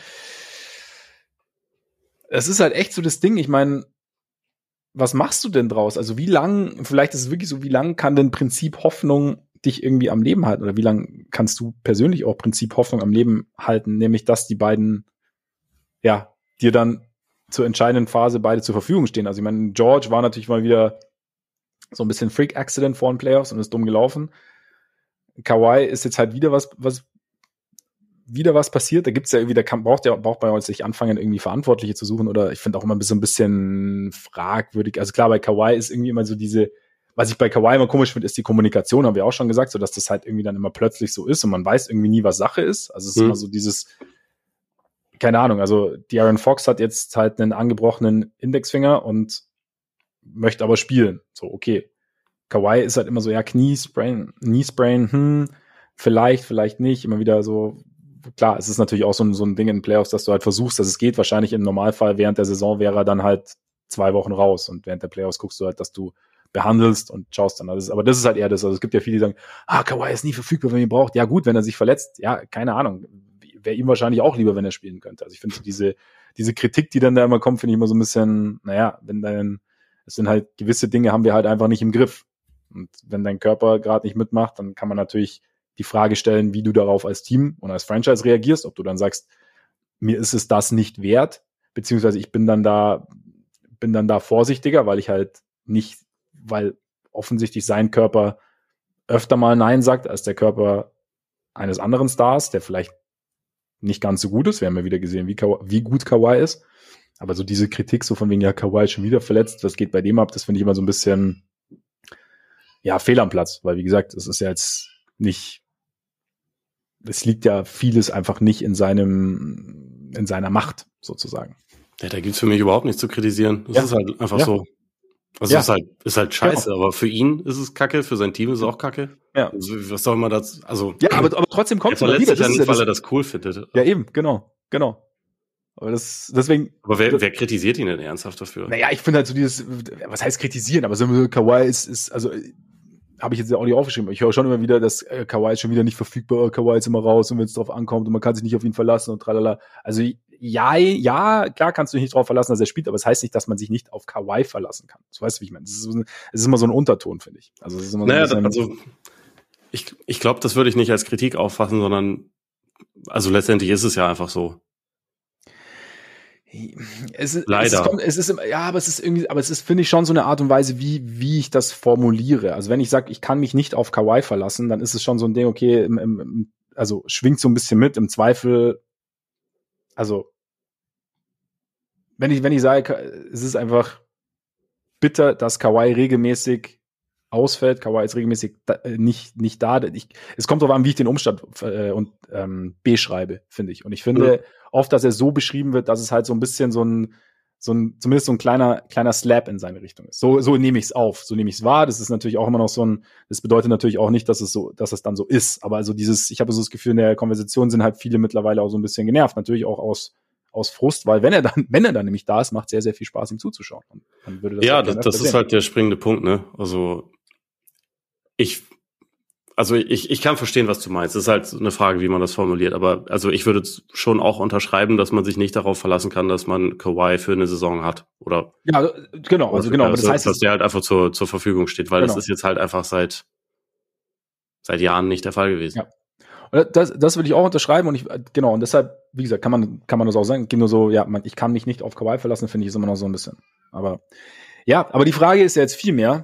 Es ist halt echt so das Ding, ich meine, was machst du denn draus? Also wie lang, vielleicht ist es wirklich so, wie lang kann denn Prinzip Hoffnung dich irgendwie am Leben halten? Oder wie lang kannst du persönlich auch Prinzip Hoffnung am Leben halten? Nämlich, dass die beiden, ja, dir dann zur entscheidenden Phase beide zur Verfügung stehen. Also ich meine, George war natürlich mal wieder so ein bisschen Freak-Accident vor den Playoffs und ist dumm gelaufen. Kawhi ist jetzt halt wieder was, was wieder was passiert. Da gibt's ja irgendwie, da kann, braucht ja braucht man jetzt nicht anfangen, irgendwie Verantwortliche zu suchen, oder ich finde auch immer so ein bisschen fragwürdig. Also klar, bei Kawhi ist irgendwie immer so diese, was ich bei Kawhi immer komisch finde, ist die Kommunikation, haben wir auch schon gesagt, so dass das halt irgendwie dann immer plötzlich so ist und man weiß irgendwie nie, was Sache ist. Also es ist mhm. immer so dieses, keine Ahnung, also De'Aaron Fox hat jetzt halt einen angebrochenen Indexfinger und möchte aber spielen. So, okay. Kawhi ist halt immer so, ja, Kniesprain, Kniesprain, hm, vielleicht, vielleicht nicht, immer wieder so. Klar, es ist natürlich auch so ein, so ein Ding in den Playoffs, dass du halt versuchst, dass es geht. Wahrscheinlich im Normalfall während der Saison wäre er dann halt zwei Wochen raus und während der Playoffs guckst du halt, dass du behandelst und schaust dann. Das ist, aber das ist halt eher das. Also es gibt ja viele, die sagen, ah, Kawhi ist nie verfügbar, wenn man ihn braucht. Ja gut, wenn er sich verletzt, ja, keine Ahnung. Wäre ihm wahrscheinlich auch lieber, wenn er spielen könnte. Also ich finde diese, diese Kritik, die dann da immer kommt, finde ich immer so ein bisschen, naja, wenn dein, es sind halt gewisse Dinge, haben wir halt einfach nicht im Griff. Und wenn dein Körper gerade nicht mitmacht, dann kann man natürlich die Frage stellen, wie du darauf als Team und als Franchise reagierst, ob du dann sagst, mir ist es das nicht wert, beziehungsweise ich bin dann da, bin dann da vorsichtiger, weil ich halt nicht, weil offensichtlich sein Körper öfter mal Nein sagt, als der Körper eines anderen Stars, der vielleicht nicht ganz so gut ist. Wir haben ja wieder gesehen, wie, Kawhi, wie gut Kawhi ist. Aber so diese Kritik so von wegen, ja, Kawhi ist schon wieder verletzt, was geht bei dem ab, das finde ich immer so ein bisschen, ja, fehl am Platz. Weil, wie gesagt, es ist ja jetzt nicht, es liegt ja vieles einfach nicht in seinem, in seiner Macht, sozusagen. Ja, da gibt's für mich überhaupt nichts zu kritisieren. Das ja. ist halt einfach ja. so. Also ja. ist halt, ist halt scheiße, genau. Aber für ihn ist es kacke, für sein Team ist es auch kacke. Ja. Also, was soll man das, also. Ja, aber, aber trotzdem kommt es mal wieder. Das ja nicht, weil er das cool findet. Ja, eben, genau, genau. Aber das, deswegen. Aber wer, wer kritisiert ihn denn ernsthaft dafür? Naja, ich finde halt so dieses, was heißt kritisieren, aber so Kawhi ist, ist, also, habe ich jetzt auch nicht aufgeschrieben. Ich höre schon immer wieder, dass äh, Kawhi ist schon wieder nicht verfügbar, Kawhi ist immer raus und wenn es drauf ankommt und man kann sich nicht auf ihn verlassen und tralala. Also ja, ja, klar kannst du dich nicht drauf verlassen, dass er spielt, aber es das heißt nicht, dass man sich nicht auf Kawhi verlassen kann. So weißt du, wie ich meine. Es ist, so, ist immer so ein Unterton, finde ich. Also, es ist immer so naja, ein bisschen, also ich, ich glaube, das würde ich nicht als Kritik auffassen, sondern also letztendlich ist es ja einfach so. Es ist, Leider. Es ist, es ist, ja, aber es ist irgendwie, aber es ist, finde ich, schon so eine Art und Weise, wie, wie ich das formuliere. Also wenn ich sage, ich kann mich nicht auf Kawhi verlassen, dann ist es schon so ein Ding, okay, im, im, also schwingt so ein bisschen mit, im Zweifel, also wenn ich, wenn ich sage, es ist einfach bitter, dass Kawhi regelmäßig ausfällt, Kawhi ist regelmäßig da, nicht, nicht da. Ich, es kommt darauf an, wie ich den Umstand äh, und ähm, beschreibe, finde ich. Und ich finde mhm. oft, dass er so beschrieben wird, dass es halt so ein bisschen so ein, so ein, zumindest so ein kleiner, kleiner Slap in seine Richtung ist. So, so nehme ich es auf, so nehme ich es wahr. Das ist natürlich auch immer noch so ein, das bedeutet natürlich auch nicht, dass es so, dass es dann so ist. Aber also dieses, ich habe so das Gefühl, in der Konversation sind halt viele mittlerweile auch so ein bisschen genervt. Natürlich auch aus, aus Frust, weil wenn er dann, wenn er dann nämlich da ist, macht sehr, sehr viel Spaß, ihm zuzuschauen. Und dann würde das ja, das, das ist halt der springende Punkt, ne? Also, ich, also ich, ich kann verstehen, was du meinst. Es ist halt eine Frage, wie man das formuliert. Aber also ich würde schon auch unterschreiben, dass man sich nicht darauf verlassen kann, dass man Kawhi für eine Saison hat. Oder ja, genau, also genau. Also, das heißt, dass der halt einfach zur, zur Verfügung steht, weil genau. das ist jetzt halt einfach seit, seit Jahren nicht der Fall gewesen. Ja. Und das, das würde ich auch unterschreiben und ich, genau, und deshalb, wie gesagt, kann man, kann man das auch sagen. Geht nur so, ja, man, ich kann mich nicht auf Kawhi verlassen, finde ich, ist immer noch so ein bisschen. Aber, ja, aber die Frage ist ja jetzt viel mehr.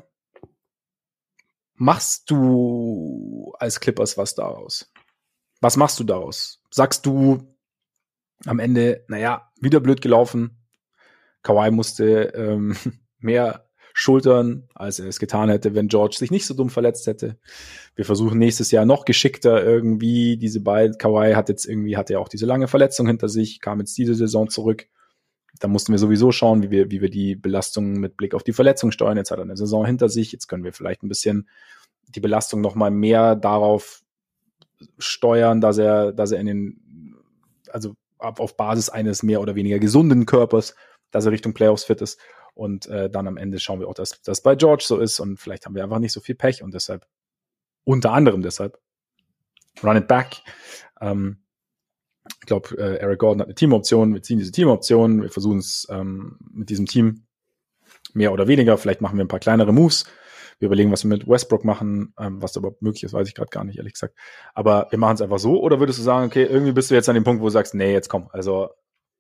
Machst du als Clippers was daraus? Was machst du daraus? Sagst du am Ende, naja, wieder blöd gelaufen. Kawhi musste ähm, mehr schultern, als er es getan hätte, wenn George sich nicht so dumm verletzt hätte. Wir versuchen nächstes Jahr noch geschickter irgendwie diese beiden. Kawhi hat jetzt irgendwie, hatte ja auch diese lange Verletzung hinter sich, kam jetzt diese Saison zurück. Da mussten wir sowieso schauen, wie wir, wie wir die Belastung mit Blick auf die Verletzung steuern. Jetzt hat er eine Saison hinter sich. Jetzt können wir vielleicht ein bisschen die Belastung noch mal mehr darauf steuern, dass er, dass er in den, also auf Basis eines mehr oder weniger gesunden Körpers, dass er Richtung Playoffs fit ist. Und äh, dann am Ende schauen wir auch, dass das bei George so ist. Und vielleicht haben wir einfach nicht so viel Pech und deshalb, unter anderem deshalb, run it back. Ähm, Ich glaube, äh, Eric Gordon hat eine Teamoption. Wir ziehen diese Teamoption. Wir versuchen es ähm, mit diesem Team mehr oder weniger. Vielleicht machen wir ein paar kleinere Moves. Wir überlegen, was wir mit Westbrook machen. Ähm, was da überhaupt möglich ist, weiß ich gerade gar nicht, ehrlich gesagt. Aber wir machen es einfach so. Oder würdest du sagen, okay, irgendwie bist du jetzt an dem Punkt, wo du sagst, nee, jetzt komm. Also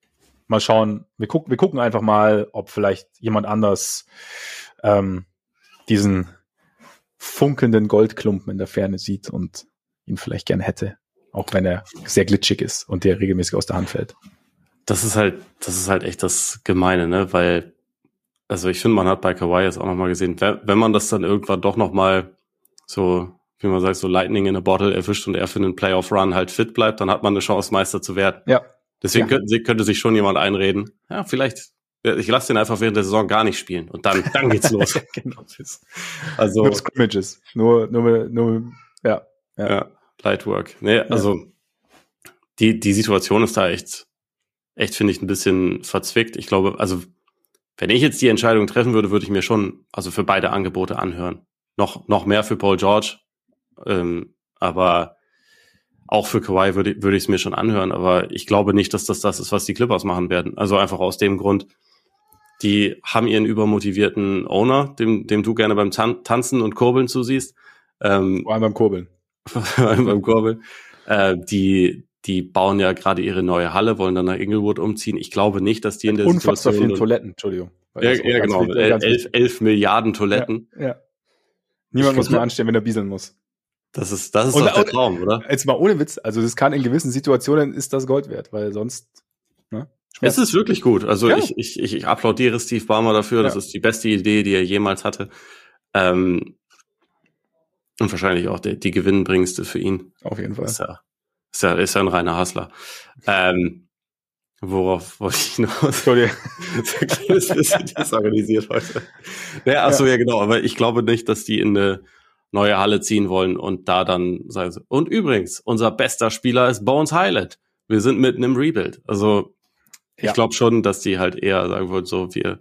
mal schauen, wir gucken, wir gucken einfach mal, ob vielleicht jemand anders ähm, diesen funkelnden Goldklumpen in der Ferne sieht und ihn vielleicht gern hätte, auch wenn er sehr glitschig ist und der regelmäßig aus der Hand fällt. Das ist halt, das ist halt echt das Gemeine, ne, weil, also ich finde, man hat bei Kawhi jetzt auch nochmal gesehen, wenn man das dann irgendwann doch nochmal so, wie man sagt, so Lightning in a Bottle erwischt und er für einen Playoff-Run halt fit bleibt, dann hat man eine Chance, Meister zu werden. Ja. Deswegen ja. könnte, könnte sich schon jemand einreden, ja, vielleicht, ich lasse den einfach während der Saison gar nicht spielen und dann, dann geht's los. Genau. Also, nur Scrimmages. Nur, nur, nur, ja. Ja, ja Lightwork. Nee, also, ja. die, die Situation ist da echt, echt, finde ich, ein bisschen verzwickt. Ich glaube, also, wenn ich jetzt die Entscheidung treffen würde, würde ich mir schon, also für beide Angebote anhören. Noch, noch mehr für Paul George, ähm, aber auch für Kawhi würde, würde ich es mir schon anhören, aber ich glaube nicht, dass das das ist, was die Clippers machen werden. Also einfach aus dem Grund, die haben ihren übermotivierten Owner, dem, dem du gerne beim Tan- Tanzen und Kurbeln zusiehst. Ähm, Vor allem beim Kurbeln. Vor allem beim Kurbeln. Äh, die, die bauen ja gerade ihre neue Halle, wollen dann nach Inglewood umziehen. Ich glaube nicht, dass die in der Unfassbar Situation... viele Toiletten, Entschuldigung. Ja, ja genau, wichtig, elf, elf Milliarden Toiletten. Ja, ja. Niemand ich muss mehr anstehen, wenn er bieseln muss. Das ist, das ist und, doch der Traum, oder? Jetzt mal ohne Witz, also das kann in gewissen Situationen ist das Gold wert, weil sonst, ne? Es ist wirklich gut. Also ja. ich, ich, ich applaudiere Steve Ballmer dafür. Das ja. ist die beste Idee, die er jemals hatte. Ähm, und wahrscheinlich auch die, die gewinnbringendste für ihn. Auf jeden Fall. Ist ja, ist ja, ist ja ein reiner Hustler. Ähm, worauf wollte ich noch? Entschuldigung. Das ist desorganisiert heute. Naja, achso, ja. ja genau. Aber ich glaube nicht, dass die in eine neue Halle ziehen wollen und da dann sagen sie, und übrigens, unser bester Spieler ist Bones Highland. Wir sind mitten im Rebuild. Also ich ja. glaube schon, dass die halt eher sagen würden, so wir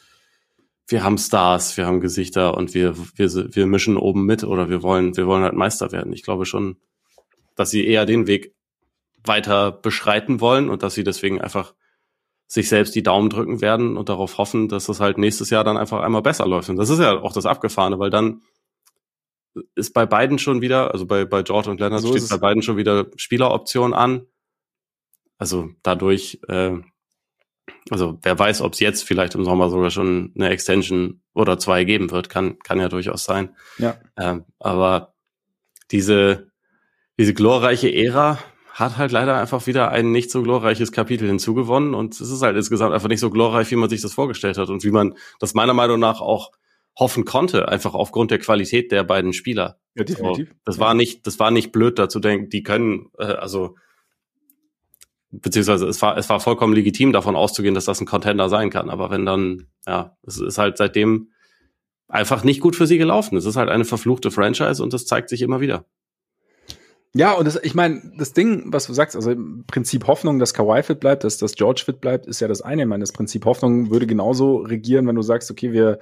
wir haben Stars, wir haben Gesichter und wir wir wir mischen oben mit oder wir wollen wir wollen halt Meister werden. Ich glaube schon, dass sie eher den Weg weiter beschreiten wollen und dass sie deswegen einfach sich selbst die Daumen drücken werden und darauf hoffen, dass es halt nächstes Jahr dann einfach einmal besser läuft. Und das ist ja auch das Abgefahrene, weil dann ist bei beiden schon wieder, also bei bei George und Leonard so steht bei beiden schon wieder Spieleroption an. Also dadurch äh, Also wer weiß, ob es jetzt vielleicht im Sommer sogar schon eine Extension oder zwei geben wird, kann kann ja durchaus sein. Ja. Ähm, aber diese diese glorreiche Ära hat halt leider einfach wieder ein nicht so glorreiches Kapitel hinzugewonnen und es ist halt insgesamt einfach nicht so glorreich, wie man sich das vorgestellt hat und wie man das meiner Meinung nach auch hoffen konnte, einfach aufgrund der Qualität der beiden Spieler. Ja, definitiv. So, das war nicht das war nicht blöd, da zu denken, die können äh, also beziehungsweise es war es war vollkommen legitim, davon auszugehen, dass das ein Contender sein kann. Aber wenn dann, ja, es ist halt seitdem einfach nicht gut für sie gelaufen. Es ist halt eine verfluchte Franchise und das zeigt sich immer wieder. Ja, und das, ich meine, das Ding, was du sagst, also im Prinzip Hoffnung, dass Kawhi fit bleibt, dass, dass George fit bleibt, ist ja das eine. Ich meine, das Prinzip Hoffnung würde genauso regieren, wenn du sagst, okay, wir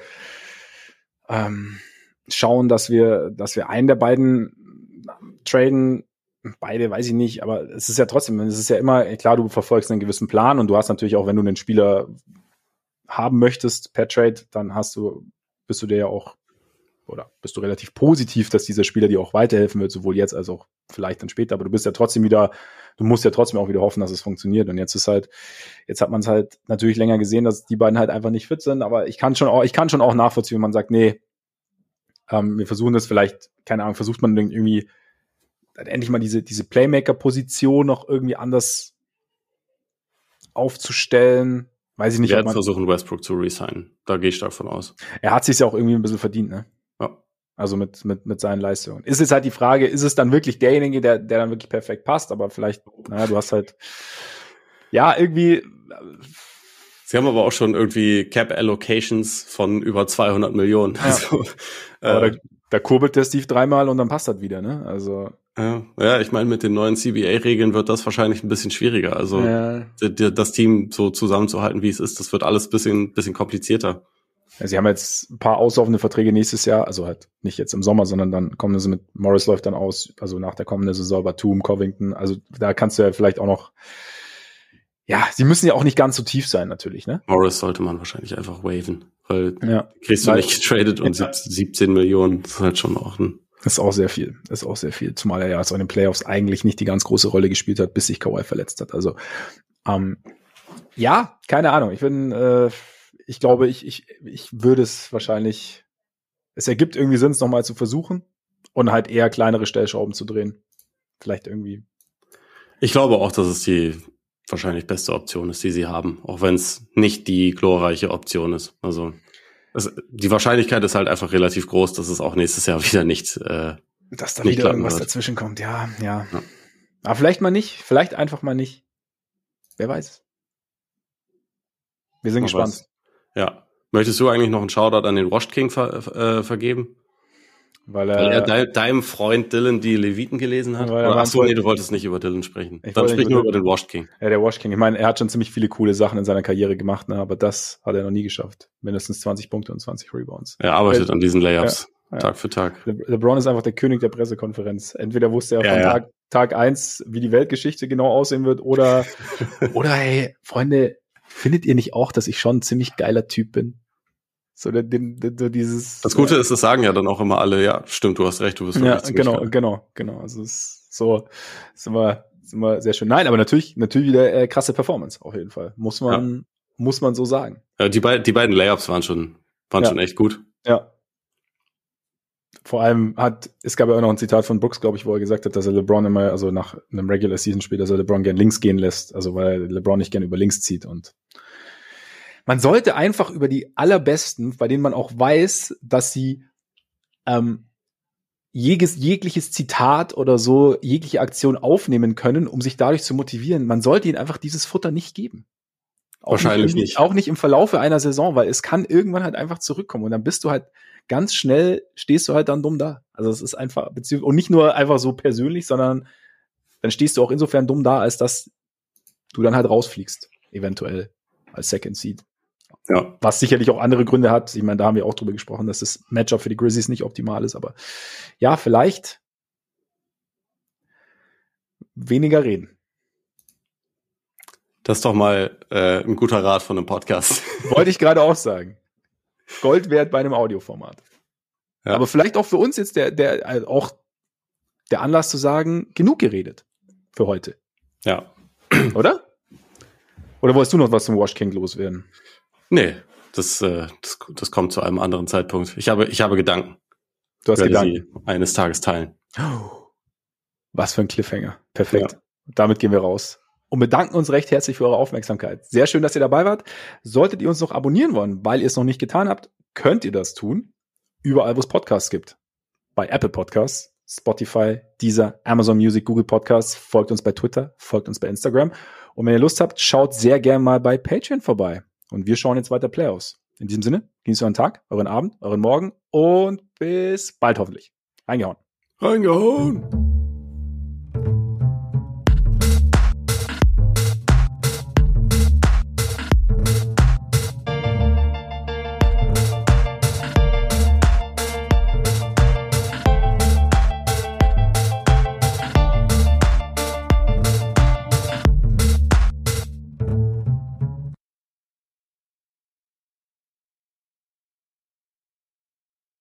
ähm, schauen, dass wir, dass wir einen der beiden traden. Beide weiß ich nicht, aber es ist ja trotzdem, es ist ja immer, klar, du verfolgst einen gewissen Plan und du hast natürlich auch, wenn du einen Spieler haben möchtest per Trade, dann hast du, bist du dir ja auch, oder bist du relativ positiv, dass dieser Spieler dir auch weiterhelfen wird, sowohl jetzt als auch vielleicht dann später, aber du bist ja trotzdem wieder, du musst ja trotzdem auch wieder hoffen, dass es funktioniert und jetzt ist halt, jetzt hat man es halt natürlich länger gesehen, dass die beiden halt einfach nicht fit sind, aber ich kann schon auch, ich kann schon auch nachvollziehen, wenn man sagt, nee, ähm, wir versuchen das vielleicht, keine Ahnung, versucht man irgendwie dann endlich mal diese, diese Playmaker-Position noch irgendwie anders aufzustellen. Weiß ich nicht. Wir werden versuchen, Westbrook zu resignen. Da gehe ich stark von aus. Er hat sich ja auch irgendwie ein bisschen verdient, ne? Ja. Also mit, mit, mit seinen Leistungen. Ist jetzt halt die Frage, ist es dann wirklich derjenige, der, der dann wirklich perfekt passt? Aber vielleicht, naja, du hast halt, ja, irgendwie. Sie haben aber auch schon irgendwie Cap-Allocations von über zweihundert Millionen. Ja. Also, aber äh, da, da kurbelt der Steve dreimal und dann passt das wieder, ne? Also. Ja, ja, ich meine, mit den neuen C B A-Regeln wird das wahrscheinlich ein bisschen schwieriger. Also ja. d- das Team so zusammenzuhalten, wie es ist, das wird alles ein bisschen, bisschen komplizierter. Ja, sie haben jetzt ein paar auslaufende Verträge nächstes Jahr, also halt nicht jetzt im Sommer, sondern dann kommen sie mit, Morris läuft dann aus, also nach der kommenden Saison, Batum, Covington, also da kannst du ja vielleicht auch noch, ja, sie müssen ja auch nicht ganz so tief sein natürlich, ne? Morris sollte man wahrscheinlich einfach waven, weil ja. kriegst du weil, nicht getradet und ja. siebzehn Millionen, das ist halt schon auch ein Das ist auch sehr viel. Das ist auch sehr viel. Zumal er ja so in den Playoffs eigentlich nicht die ganz große Rolle gespielt hat, bis sich Kawhi verletzt hat. Also, ähm, Ja, keine Ahnung. Ich bin, äh, ich glaube, ich, ich, ich würde es wahrscheinlich, es ergibt irgendwie Sinn, es nochmal zu versuchen und halt eher kleinere Stellschrauben zu drehen. Vielleicht irgendwie. Ich glaube auch, dass es die wahrscheinlich beste Option ist, die sie haben, auch wenn es nicht die glorreiche Option ist. Also es, die Wahrscheinlichkeit ist halt einfach relativ groß, dass es auch nächstes Jahr wieder nicht äh, dass da nicht wieder irgendwas wird. dazwischen kommt. Ja, ja, ja. Aber vielleicht mal nicht, vielleicht einfach mal nicht. Wer weiß. Wir sind Man gespannt. weiß. Ja. Möchtest du eigentlich noch einen Shoutout an den Washed King ver äh, vergeben? Weil, Weil äh, er de deinem Freund Dylan die Leviten gelesen hat? Weil er Achso, meinte- nee, du wolltest nicht über Dylan sprechen. Ich Dann wollte sprich nicht nur über über den Washed King. Ja, der Wash King. Ich meine, er hat schon ziemlich viele coole Sachen in seiner Karriere gemacht, ne? Aber das hat er noch nie geschafft. Mindestens zwanzig Punkte und zwanzig Rebounds. Er arbeitet Äh, an diesen Layups ja, ja. Tag für Tag. Le LeBron ist einfach der König der Pressekonferenz. Entweder wusste er Ja, von ja. Tag, Tag eins, wie die Weltgeschichte genau aussehen wird, oder, oder hey, Freunde, findet ihr nicht auch, dass ich schon ein ziemlich geiler Typ bin? So, den, den, den, so dieses. Das Gute ja. ist, das sagen ja dann auch immer alle, ja, stimmt, du hast recht, du bist Ja, wirklich ziemlich genau, geil. genau, genau. Also es ist so, ist immer, ist immer sehr schön. Nein, aber natürlich, natürlich wieder äh, krasse Performance, auf jeden Fall. Muss man, ja. muss man so sagen. Ja, die, beid, die beiden Layups waren schon, waren ja. schon echt gut. Ja. Vor allem hat, es gab ja auch noch ein Zitat von Brooks, glaube ich, wo er gesagt hat, dass er LeBron immer, also nach einem Regular-Season-Spiel, dass er LeBron gern links gehen lässt, also weil LeBron nicht gern über links zieht. Und man sollte einfach über die allerbesten, bei denen man auch weiß, dass sie ähm, jeges, jegliches Zitat oder so, jegliche Aktion aufnehmen können, um sich dadurch zu motivieren. Man sollte ihnen einfach dieses Futter nicht geben. Auch Wahrscheinlich nicht, nicht. Auch nicht im Verlaufe einer Saison, weil es kann irgendwann halt einfach zurückkommen und dann bist du halt ganz schnell, stehst du halt dann dumm da. Also es ist einfach, beziehungsweise, und nicht nur einfach so persönlich, sondern dann stehst du auch insofern dumm da, als dass du dann halt rausfliegst, eventuell als Second Seed. Ja. Was sicherlich auch andere Gründe hat. Ich meine, da haben wir auch drüber gesprochen, dass das Matchup für die Grizzlies nicht optimal ist, aber ja, vielleicht weniger reden. Das ist doch mal äh, ein guter Rat von einem Podcast. Wollte ich gerade auch sagen. Gold wert bei einem Audioformat. Ja. Aber vielleicht auch für uns jetzt der, der, also auch der Anlass zu sagen, genug geredet für heute. Ja. Oder? Oder wolltest du noch was zum Wash King loswerden? Nee, das, äh, das, das kommt zu einem anderen Zeitpunkt. Ich habe, ich habe Gedanken. Du hast werde Gedanken. Sie eines Tages teilen. Oh, was für ein Cliffhanger. Perfekt. Ja. Damit gehen wir raus. Und bedanken uns recht herzlich für eure Aufmerksamkeit. Sehr schön, dass ihr dabei wart. Solltet ihr uns noch abonnieren wollen, weil ihr es noch nicht getan habt, könnt ihr das tun. Überall, wo es Podcasts gibt. Bei Apple Podcasts, Spotify, Deezer, Amazon Music, Google Podcasts. Folgt uns bei Twitter, folgt uns bei Instagram. Und wenn ihr Lust habt, schaut sehr gerne mal bei Patreon vorbei. Und wir schauen jetzt weiter Playoffs. In diesem Sinne, genießt euren Tag, euren Abend, euren Morgen und bis bald hoffentlich. Reingehauen. Reingehauen.